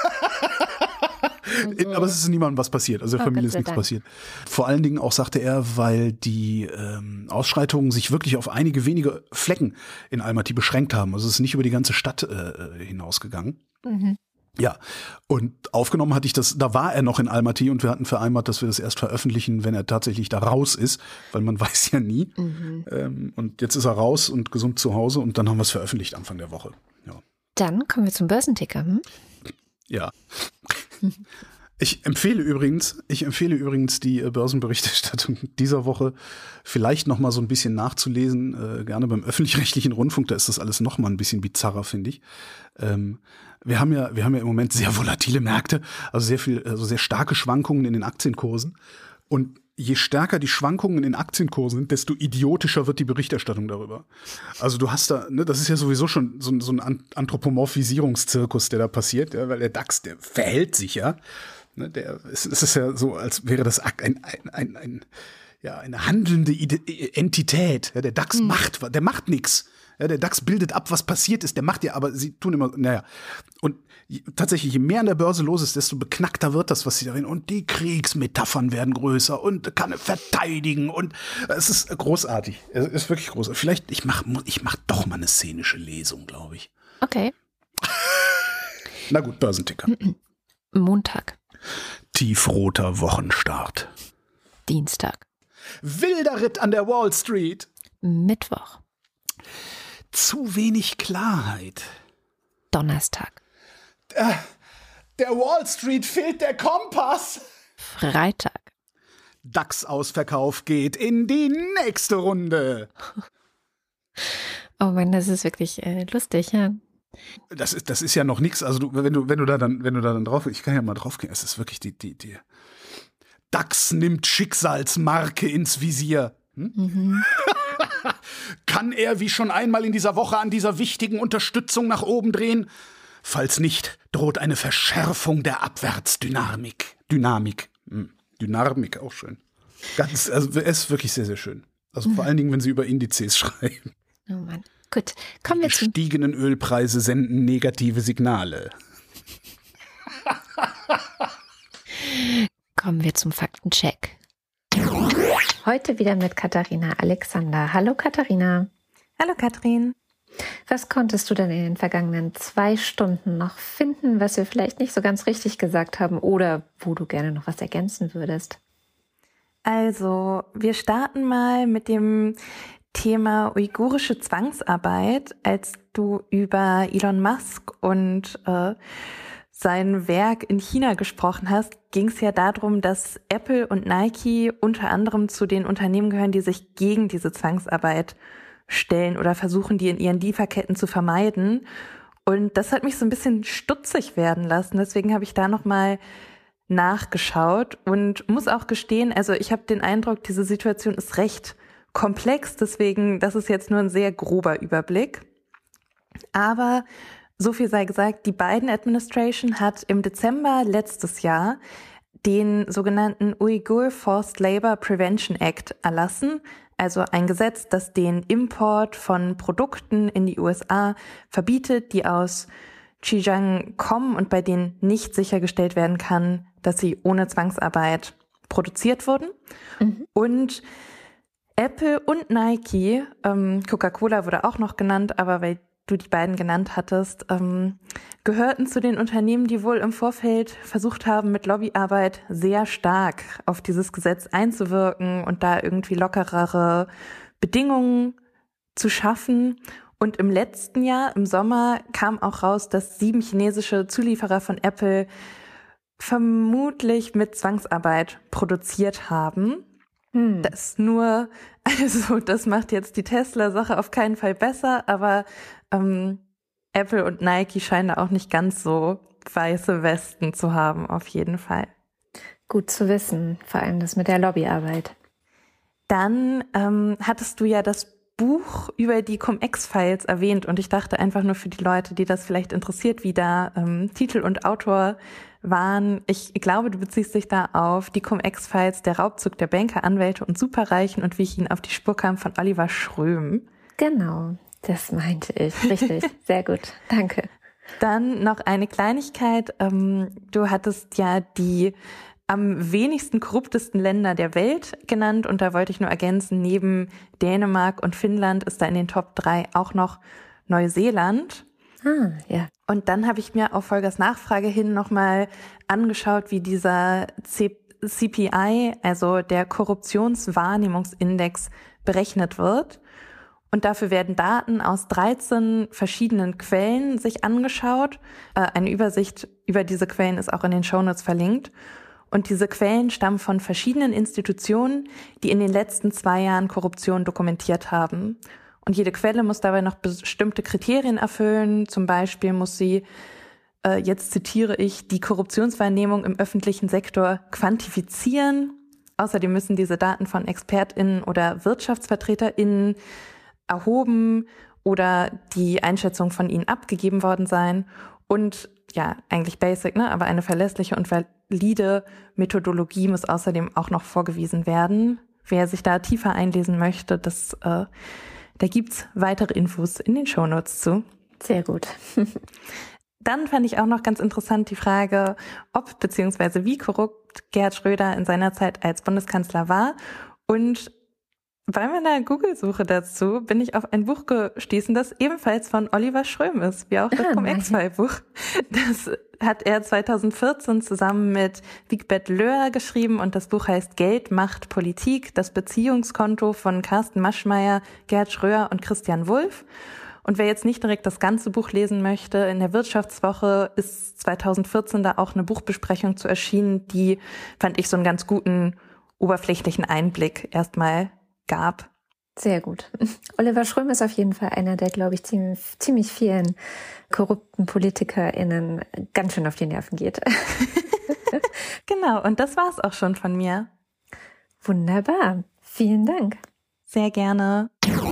Aber es ist niemandem was passiert, also der Familie ist nichts passiert. Vor allen Dingen auch, sagte er, weil die Ausschreitungen sich wirklich auf einige wenige Flecken in Almaty beschränkt haben. Also es ist nicht über die ganze Stadt hinausgegangen. Mhm. Ja, und aufgenommen hatte ich das, da war er noch in Almaty, und wir hatten vereinbart, dass wir das erst veröffentlichen, wenn er tatsächlich da raus ist, weil man weiß ja nie. Und jetzt ist er raus und gesund zu Hause, und dann haben wir es veröffentlicht Anfang der Woche. Ja. Dann kommen wir zum Börsenticker. Ja. Ich empfehle übrigens die Börsenberichterstattung dieser Woche vielleicht noch mal so ein bisschen nachzulesen, gerne beim öffentlich-rechtlichen Rundfunk, da ist das alles noch mal ein bisschen bizarrer, finde ich. Wir haben ja im Moment sehr volatile Märkte, also sehr starke Schwankungen in den Aktienkursen, und je stärker die Schwankungen in den Aktienkursen sind, desto idiotischer wird die Berichterstattung darüber. Also du hast da, ne, das ist ja sowieso schon so ein Anthropomorphisierungszirkus, der da passiert, ja, weil der DAX, der verhält sich ja. Ne, es ist ja so, als wäre das eine handelnde Entität. Ja, der DAX der macht nichts. Ja, der DAX bildet ab, was passiert ist. Der macht ja, aber sie tun immer, naja. Und tatsächlich, je mehr an der Börse los ist, desto beknackter wird das, was sie darin. Und die Kriegsmetaphern werden größer und kann verteidigen. Und es ist großartig. Es ist wirklich großartig. Vielleicht, ich mach doch mal eine szenische Lesung, glaube ich. Okay. Na gut, Börsenticker. Montag. Tiefroter Wochenstart. Dienstag. Wilder Ritt an der Wall Street. Mittwoch. Zu wenig Klarheit. Donnerstag. Der Wall Street fehlt der Kompass. Freitag. DAX-Ausverkauf geht in die nächste Runde. Oh Mann, das ist wirklich lustig, ja. Das ist ja noch nichts. Also wenn du da dann drauf, ich kann ja mal drauf gehen. Es ist wirklich die DAX nimmt Schicksalsmarke ins Visier. Kann er wie schon einmal in dieser Woche an dieser wichtigen Unterstützung nach oben drehen? Falls nicht, droht eine Verschärfung der Abwärtsdynamik. Dynamik, auch schön. Also es ist wirklich sehr, sehr schön. Also vor allen Dingen, wenn sie über Indizes schreiben. Oh Mann. Gut, kommen wir zum... Die gestiegenen Ölpreise senden negative Signale. Kommen wir zum Faktencheck. Heute wieder mit Katharina Alexander. Hallo Katharina. Hallo Katrin. Was konntest du denn in den vergangenen 2 Stunden noch finden, was wir vielleicht nicht so ganz richtig gesagt haben oder wo du gerne noch was ergänzen würdest? Also, wir starten mal mit dem Thema uigurische Zwangsarbeit, als du über Elon Musk und sein Werk in China gesprochen hast, ging es ja darum, dass Apple und Nike unter anderem zu den Unternehmen gehören, die sich gegen diese Zwangsarbeit stellen oder versuchen, die in ihren Lieferketten zu vermeiden. Und das hat mich so ein bisschen stutzig werden lassen. Deswegen habe ich da nochmal nachgeschaut und muss auch gestehen, also ich habe den Eindruck, diese Situation ist recht komplex. Deswegen, das ist jetzt nur ein sehr grober Überblick. Aber so viel sei gesagt, die Biden-Administration hat im Dezember letztes Jahr den sogenannten Uyghur Forced Labor Prevention Act erlassen, also ein Gesetz, das den Import von Produkten in die USA verbietet, die aus Xinjiang kommen und bei denen nicht sichergestellt werden kann, dass sie ohne Zwangsarbeit produziert wurden. Und Apple und Nike, Coca-Cola wurde auch noch genannt, aber weil du die beiden genannt hattest, gehörten zu den Unternehmen, die wohl im Vorfeld versucht haben, mit Lobbyarbeit sehr stark auf dieses Gesetz einzuwirken und da irgendwie lockerere Bedingungen zu schaffen. Und im letzten Jahr, im Sommer, kam auch raus, dass 7 chinesische Zulieferer von Apple vermutlich mit Zwangsarbeit produziert haben. Das nur, also das macht jetzt die Tesla-Sache auf keinen Fall besser, aber Apple und Nike scheinen da auch nicht ganz so weiße Westen zu haben, auf jeden Fall. Gut zu wissen, vor allem das mit der Lobbyarbeit. Dann hattest du ja das Buch über die Cum-Ex-Files erwähnt und ich dachte einfach nur für die Leute, die das vielleicht interessiert, wie da Titel und Autor waren. Ich glaube, du beziehst dich da auf die Cum-Ex-Files, der Raubzug der Banker, Anwälte und Superreichen und wie ich ihn auf die Spur kam von Oliver Schröm. Genau, das meinte ich. Richtig, sehr gut, danke. Dann noch eine Kleinigkeit. Du hattest ja die am wenigsten korruptesten Länder der Welt genannt und da wollte ich nur ergänzen, neben Dänemark und Finnland ist da in den Top 3 auch noch Neuseeland. Ja. Und dann habe ich mir auf Volkers Nachfrage hin nochmal angeschaut, wie dieser CPI, also der Korruptionswahrnehmungsindex, berechnet wird. Und dafür werden Daten aus 13 verschiedenen Quellen sich angeschaut. Eine Übersicht über diese Quellen ist auch in den Shownotes verlinkt. Und diese Quellen stammen von verschiedenen Institutionen, die in den letzten 2 Jahren Korruption dokumentiert haben. Und jede Quelle muss dabei noch bestimmte Kriterien erfüllen. Zum Beispiel muss sie, jetzt zitiere ich, die Korruptionswahrnehmung im öffentlichen Sektor quantifizieren. Außerdem müssen diese Daten von ExpertInnen oder WirtschaftsvertreterInnen erhoben oder die Einschätzung von ihnen abgegeben worden sein. Und ja, eigentlich basic, ne? Aber eine verlässliche und valide Methodologie muss außerdem auch noch vorgewiesen werden. Wer sich da tiefer einlesen möchte, da gibt's weitere Infos in den Shownotes zu. Sehr gut. Dann fand ich auch noch ganz interessant die Frage, ob bzw. wie korrupt Gerhard Schröder in seiner Zeit als Bundeskanzler war. Und bei meiner Google-Suche dazu bin ich auf ein Buch gestießen, das ebenfalls von Oliver Schröm ist, wie auch das Cum-Ex-File-Buch. Das hat er 2014 zusammen mit Wigbert Löhr geschrieben und das Buch heißt Geld, Macht, Politik, das Beziehungskonto von Carsten Maschmeyer, Gerhard Schröer und Christian Wulff. Und wer jetzt nicht direkt das ganze Buch lesen möchte, in der Wirtschaftswoche ist 2014 da auch eine Buchbesprechung zu erschienen, die, fand ich, so einen ganz guten, oberflächlichen Einblick erstmal gab. Sehr gut. Oliver Schröm ist auf jeden Fall einer, der, glaube ich, ziemlich vielen korrupten PolitikerInnen ganz schön auf die Nerven geht. Genau, und das war's auch schon von mir. Wunderbar. Vielen Dank. Sehr gerne.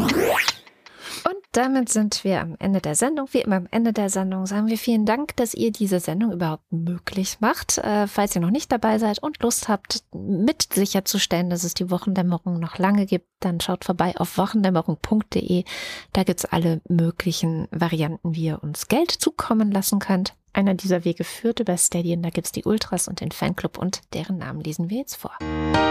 Und damit sind wir am Ende der Sendung. Wie immer am Ende der Sendung sagen wir vielen Dank, dass ihr diese Sendung überhaupt möglich macht. Falls ihr noch nicht dabei seid und Lust habt, mit sicherzustellen, dass es die Wochendämmerung noch lange gibt, dann schaut vorbei auf wochendämmerung.de. Da gibt's alle möglichen Varianten, wie ihr uns Geld zukommen lassen könnt. Einer dieser Wege führt über Steadien. Da gibt's die Ultras und den Fanclub und deren Namen lesen wir jetzt vor.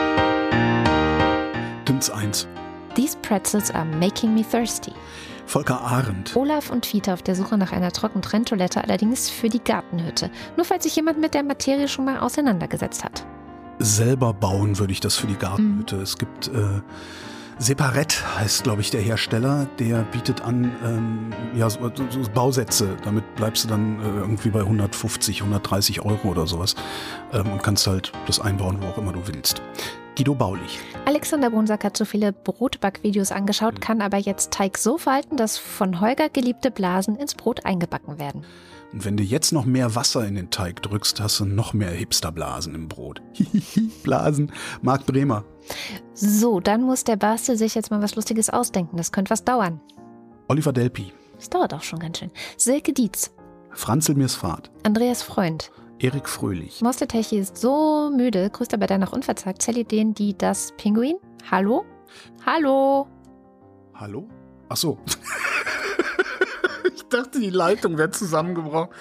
Dims 1. These pretzels are making me thirsty. Volker Arendt. Olaf und Vita auf der Suche nach einer Trockentrenntoilette, allerdings für die Gartenhütte. Nur falls sich jemand mit der Materie schon mal auseinandergesetzt hat. Selber bauen würde ich das für die Gartenhütte. Es gibt Separet heißt, glaube ich, der Hersteller. Der bietet an, so Bausätze. Damit bleibst du dann irgendwie bei 150, 130 Euro oder sowas. Und kannst halt das einbauen, wo auch immer du willst. Guido Baulich. Alexander Bonsack hat so viele Brotbackvideos angeschaut, kann aber jetzt Teig so falten, dass von Holger geliebte Blasen ins Brot eingebacken werden. Und wenn du jetzt noch mehr Wasser in den Teig drückst, hast du noch mehr Hipsterblasen im Brot. Blasen. Marc Bremer. So, dann muss der Bastel sich jetzt mal was Lustiges ausdenken. Das könnte was dauern. Oliver Delpi. Das dauert auch schon ganz schön. Silke Dietz. Franzl Mirsfahrt. Andreas Freund. Erik Fröhlich. Mostetechi ist so müde, grüßt aber danach unverzagt Zellideen, die das Pinguin. Hallo? Hallo? Hallo? Ach so. Ich dachte, die Leitung wäre zusammengebrochen.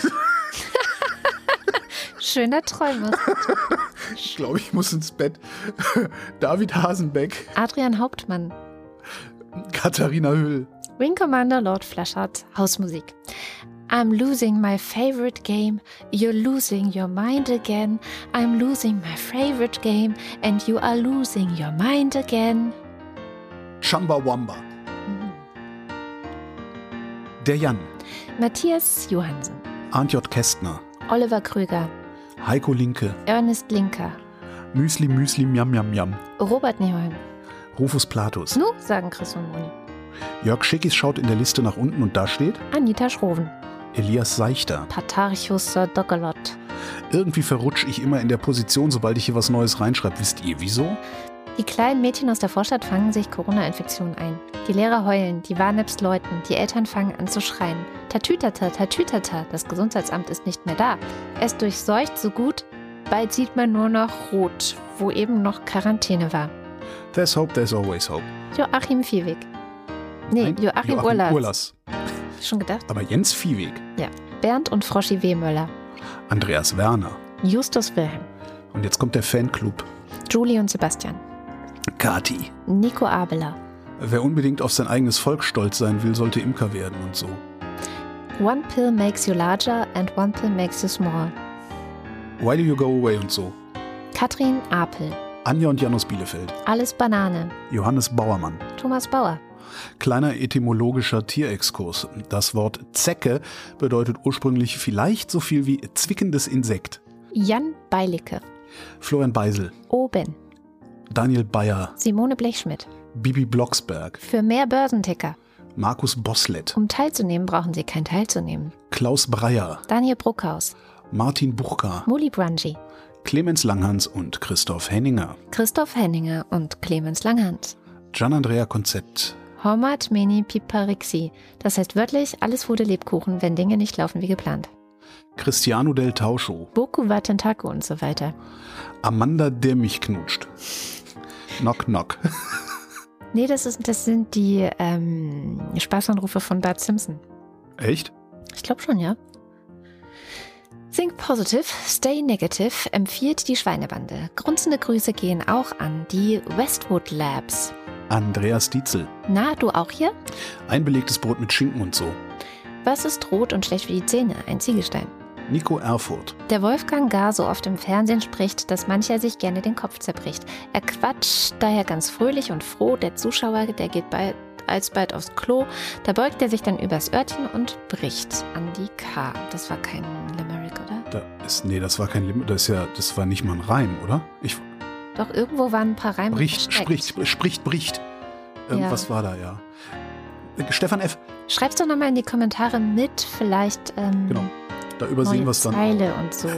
Schöner Träumer. Ich glaube, ich muss ins Bett. David Hasenbeck. Adrian Hauptmann. Katharina Hüll. Wing Commander Lord Flashard. Hausmusik. I'm losing my favorite game. You're losing your mind again. I'm losing my favorite game. And you are losing your mind again. Chumbawamba. Der Jan. Matthias Johansen. Arndt J. Kästner. Oliver Krüger. Heiko Linke. Ernest Linker. Müsli, Müsli, Miam, Miam, Miam. Robert Nieholm. Rufus Platus. Nu, sagen Chris und Moni. Jörg Schickis schaut in der Liste nach unten und da steht Anita Schroven. Elias Seichter. Patarchus Dogalot. Irgendwie verrutsche ich immer in der Position, sobald ich hier was Neues reinschreibe. Wisst ihr wieso? Die kleinen Mädchen aus der Vorstadt fangen sich Corona-Infektionen ein. Die Lehrer heulen, die Warneps läuten, die Eltern fangen an zu schreien. Tatütata, tatütata, das Gesundheitsamt ist nicht mehr da. Es durchseucht so gut, bald sieht man nur noch rot, wo eben noch Quarantäne war. There's hope, there's always hope. Joachim Viehweg. Nee, Joachim Urlas. Schon gedacht? Aber Jens Viehweg. Ja. Bernd und Froschi W. Möller. Andreas Werner. Justus Wilhelm. Und jetzt kommt der Fanclub. Julie und Sebastian. Kati. Nico Abeler. Wer unbedingt auf sein eigenes Volk stolz sein will, sollte Imker werden und so. One pill makes you larger and one pill makes you small. Why do you go away und so. Katrin Apel. Anja und Jan aus Bielefeld. Alles Banane. Johannes Bauermann. Thomas Bauer. Kleiner etymologischer Tierexkurs. Das Wort Zecke bedeutet ursprünglich vielleicht so viel wie zwickendes Insekt. Jan Beilicke. Florian Beisel. Oben. Daniel Bayer. Simone Blechschmidt. Bibi Blocksberg. Für mehr Börsenticker. Markus Boslett. Um teilzunehmen, brauchen Sie kein Teilzunehmen. Klaus Breyer. Daniel Bruckhaus. Martin Buchka. Muli Brungy. Clemens Langhans und Christoph Henninger. Christoph Henninger und Clemens Langhans. Gian-Andrea Konzept. Hormat Meni Piparixi. Das heißt wörtlich, alles wurde Lebkuchen, wenn Dinge nicht laufen wie geplant. Cristiano del Tauscho. Boku wa Tentaku und so weiter. Amanda, der mich knutscht. Knock, knock. Nee, das sind die Spaßanrufe von Bart Simpson. Echt? Ich glaube schon, ja. Think Positive, Stay Negative empfiehlt die Schweinebande. Grunzende Grüße gehen auch an die Westwood Labs. Andreas Dietzel. Na, du auch hier? Einbelegtes Brot mit Schinken und so. Was ist rot und schlecht für die Zähne? Ein Ziegelstein. Nico Erfurt. Der Wolfgang gar so oft im Fernsehen spricht, dass mancher sich gerne den Kopf zerbricht. Er quatscht daher ganz fröhlich und froh. Der Zuschauer, der geht alsbald aufs Klo. Da beugt er sich dann übers Örtchen und bricht. Andi K. Das war kein Limerick, oder? Das war kein Limerick. Das war nicht mal ein Reim, oder? Doch, irgendwo waren ein paar Reime Spricht, bricht. Irgendwas war da, ja. Stefan F. Schreib's doch nochmal in die Kommentare mit, vielleicht genau. Da übersehen wir es dann. Zeile und so.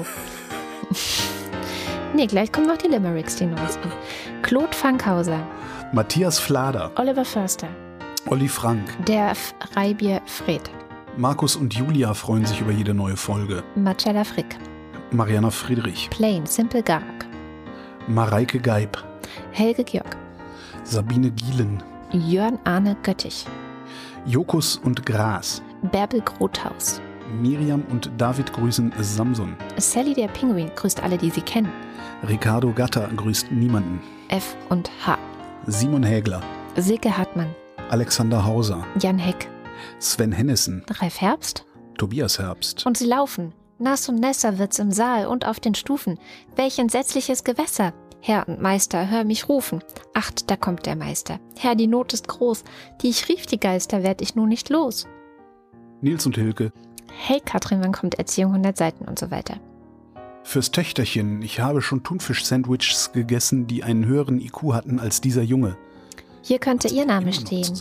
Nee, gleich kommen noch die Limericks, die neuesten. Claude Fankhauser. Matthias Flader. Oliver Förster. Olli Frank. Der Freibier Fred. Markus und Julia freuen sich über jede neue Folge. Marcella Frick. Mariana Friedrich. Plain Simple Garak. Mareike Geib. Helge Georg. Sabine Gielen. Jörn Arne Göttich. Jokus und Gras. Bärbel Grothaus. Miriam und David grüßen Samson. Sally der Pinguin grüßt alle, die sie kennen. Ricardo Gatter grüßt niemanden. F und H. Simon Hägler. Silke Hartmann. Alexander Hauser. Jan Heck. Sven Hennissen. Ralf Herbst. Tobias Herbst. Und sie laufen. Nass und nässer wird's im Saal und auf den Stufen. Welch entsetzliches Gewässer. Herr und Meister, hör mich rufen. Acht, da kommt der Meister. Herr, die Not ist groß. Die ich rief, die Geister, werd ich nun nicht los. Nils und Hilke. Hey Katrin, wann kommt Erziehung 100 Seiten und so weiter. Fürs Töchterchen, ich habe schon Thunfisch-Sandwiches gegessen, die einen höheren IQ hatten als dieser Junge. Hier könnte Ihr Name stehen.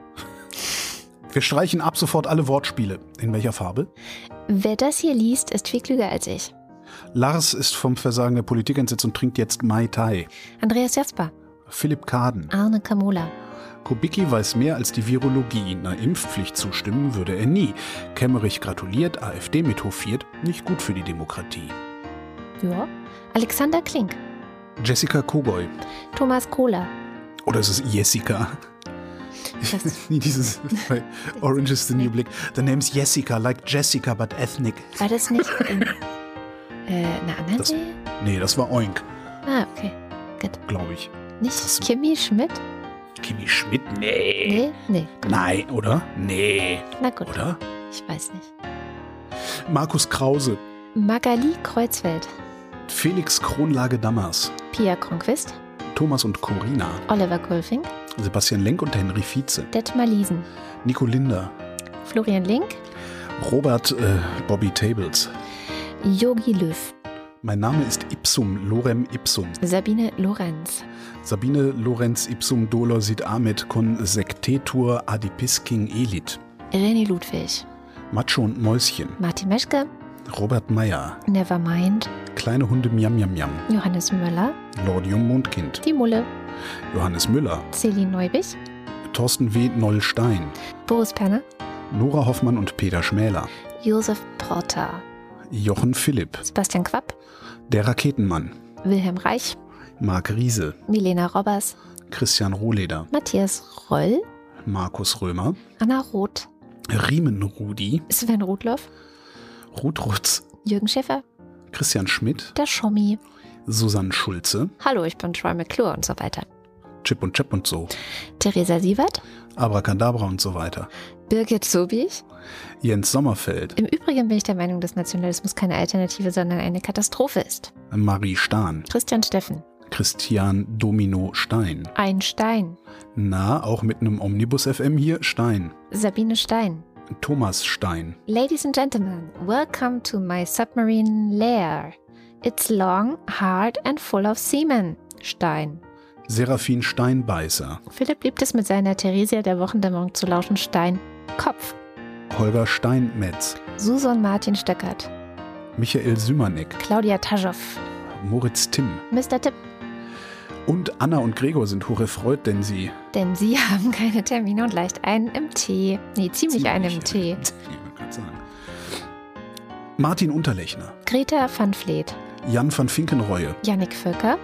Wir streichen ab sofort alle Wortspiele. In welcher Farbe? Wer das hier liest, ist viel klüger als ich. Lars ist vom Versagen der Politik entsetzt und trinkt jetzt Mai Tai. Andreas Jasper. Philipp Kaden. Arne Kamola. Kubicki weiß mehr als die Virologie. Einer Impfpflicht zustimmen würde er nie. Kemmerich gratuliert, AfD mit hofiert. Nicht gut für die Demokratie. Ja. Alexander Klink. Jessica Kogoy. Thomas Kohler. Oder ist es Jessica? Dieses bei Orange is the New Black. The name's Jessica, like Jessica, but ethnic. War das nicht in einer anderen Serie? Nee, das war Oink. Ah, okay. Gut. Glaube ich. Nicht Kimi Schmidt? Kimi Schmidt? Nee. Nee. Gut. Nein, oder? Nee. Na gut. Oder? Ich weiß nicht. Markus Krause. Magali Kreuzfeld. Felix Kronlage-Dammers. Pia Kronquist. Thomas und Corina. Oliver Gulfing. Sebastian Lenk und Henry Vize. Detmar Liesen. Nico Linder. Florian Link. Robert Bobby Tables. Jogi Löw. Mein Name ist Ipsum Lorem Ipsum. Sabine Lorenz. Sabine Lorenz Ipsum Dolor sit amet con sectetur adipisking elit. René Ludwig. Macho und Mäuschen. Martin Meschke. Robert Meyer. Nevermind. Kleine Hunde Miam Miam Miam. Johannes Müller. Lordium Mondkind. Die Mulle. Johannes Müller. Celine Neubich. Thorsten W. Noll-Stein. Boris Penner. Nora Hoffmann und Peter Schmäler. Josef Porter. Jochen Philipp. Sebastian Quapp. Der Raketenmann. Wilhelm Reich. Marc Riese. Milena Robbers. Christian Rohleder. Matthias Röll. Markus Römer. Anna Roth. Riemen Rudi. Sven Rudloff. Ruth Rutz. Jürgen Schäfer. Christian Schmidt. Der Schommi. Susanne Schulze. Hallo, ich bin Troy McClure und so weiter. Chip und Chap und so. Theresa Sievert. Abracadabra und so weiter. Birgit Sobich. Jens Sommerfeld. Im Übrigen bin ich der Meinung, dass Nationalismus keine Alternative, sondern eine Katastrophe ist. Marie Stahn. Christian Steffen. Christian Domino Stein. Ein Stein. Na, auch mit einem Omnibus FM hier, Stein. Sabine Stein. Thomas Stein. Ladies and gentlemen, welcome to my submarine lair. It's long, hard and full of semen. Stein. Serafin Steinbeißer. Philipp liebt es, mit seiner Theresia der Wochendämmerung zu lauschen. Stein. Kopf. Holger Steinmetz. Susan Martin Stöckert. Michael Sümanek. Claudia Taschow. Moritz Timm. Mr. Tipp. Und Anna und Gregor sind hocherfreut, denn sie haben keine Termine und leicht einen im Tee. Nee, ziemlich einen im Tee. Martin Unterlechner. Greta van Vleet. Jan van Finkenreue. Jannik Völker.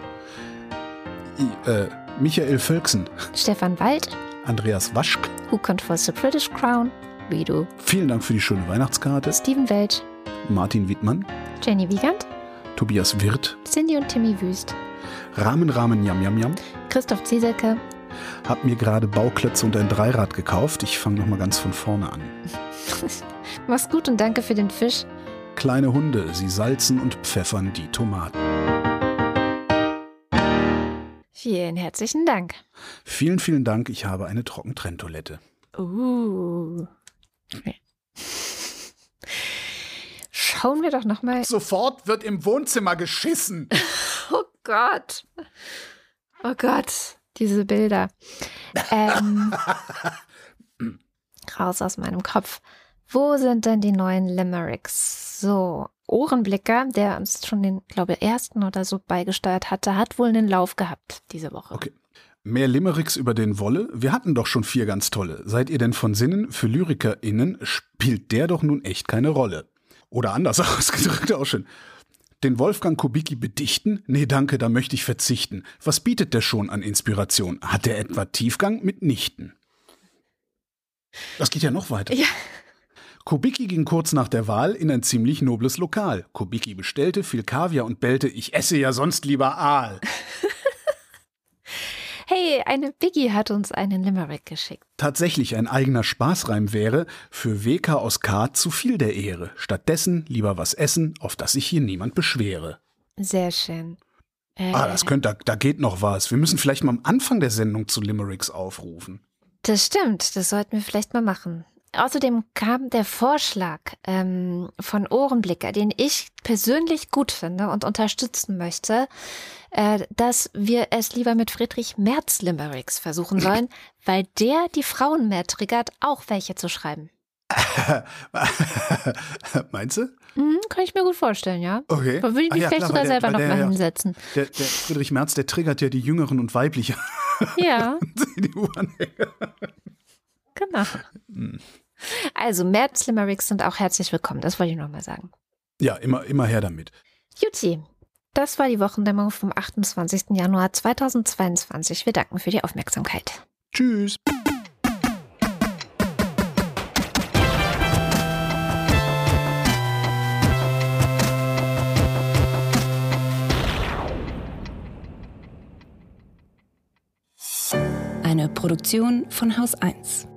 Michael Völksen. Stefan Wald. Andreas Waschk. Who controls the British Crown? Guido. Vielen Dank für die schöne Weihnachtskarte. Steven Welch. Martin Wittmann. Jenny Wiegand. Tobias Wirth. Cindy und Timmy Wüst. Rahmen Jam Jam Jam. Christoph Zieselke. Hab mir gerade Bauklötze und ein Dreirad gekauft. Ich fange nochmal ganz von vorne an. Mach's gut und danke für den Fisch. Kleine Hunde, sie salzen und pfeffern die Tomaten. Vielen herzlichen Dank. Vielen, vielen Dank. Ich habe eine Trockentrenntoilette. Okay. Schauen wir doch nochmal. Sofort wird im Wohnzimmer geschissen. Oh Gott. Oh Gott. Diese Bilder. Raus aus meinem Kopf. Wo sind denn die neuen Limericks? So, Ohrenblicker, der uns schon den, glaube ich, ersten oder so beigesteuert hatte, hat wohl einen Lauf gehabt diese Woche. Okay. Mehr Limericks über den Wolle? Wir hatten doch schon 4 ganz tolle. Seid ihr denn von Sinnen? Für LyrikerInnen spielt der doch nun echt keine Rolle. Oder anders ausgedrückt auch schon. Den Wolfgang Kubicki bedichten? Nee, danke, da möchte ich verzichten. Was bietet der schon an Inspiration? Hat der etwa Tiefgang? Mitnichten. Das geht ja noch weiter. Ja. Kubicki ging kurz nach der Wahl in ein ziemlich nobles Lokal. Kubicki bestellte viel Kaviar und bellte, ich esse ja sonst lieber Aal. Hey, eine Biggie hat uns einen Limerick geschickt. Tatsächlich ein eigener Spaßreim wäre, für WK aus K zu viel der Ehre. Stattdessen lieber was essen, auf das sich hier niemand beschwere. Sehr schön. Da geht noch was. Wir müssen vielleicht mal am Anfang der Sendung zu Limericks aufrufen. Das stimmt, das sollten wir vielleicht mal machen. Außerdem kam der Vorschlag von Ohrenblicker, den ich persönlich gut finde und unterstützen möchte, dass wir es lieber mit Friedrich Merz Limericks versuchen sollen, weil der die Frauen mehr triggert, auch welche zu schreiben. Meinst du? Kann ich mir gut vorstellen, ja. Okay. Da würde ich mich vielleicht sogar selber noch mal hinsetzen. Der Friedrich Merz, der triggert ja die Jüngeren und Weiblichen. Ja. CDU-Anhänger. Genau. Also, Merz Limericks sind auch herzlich willkommen, das wollte ich noch mal sagen. Ja, immer her damit. Juti, das war die Wochendämmerung vom 28. Januar 2022. Wir danken für die Aufmerksamkeit. Tschüss. Eine Produktion von Haus 1.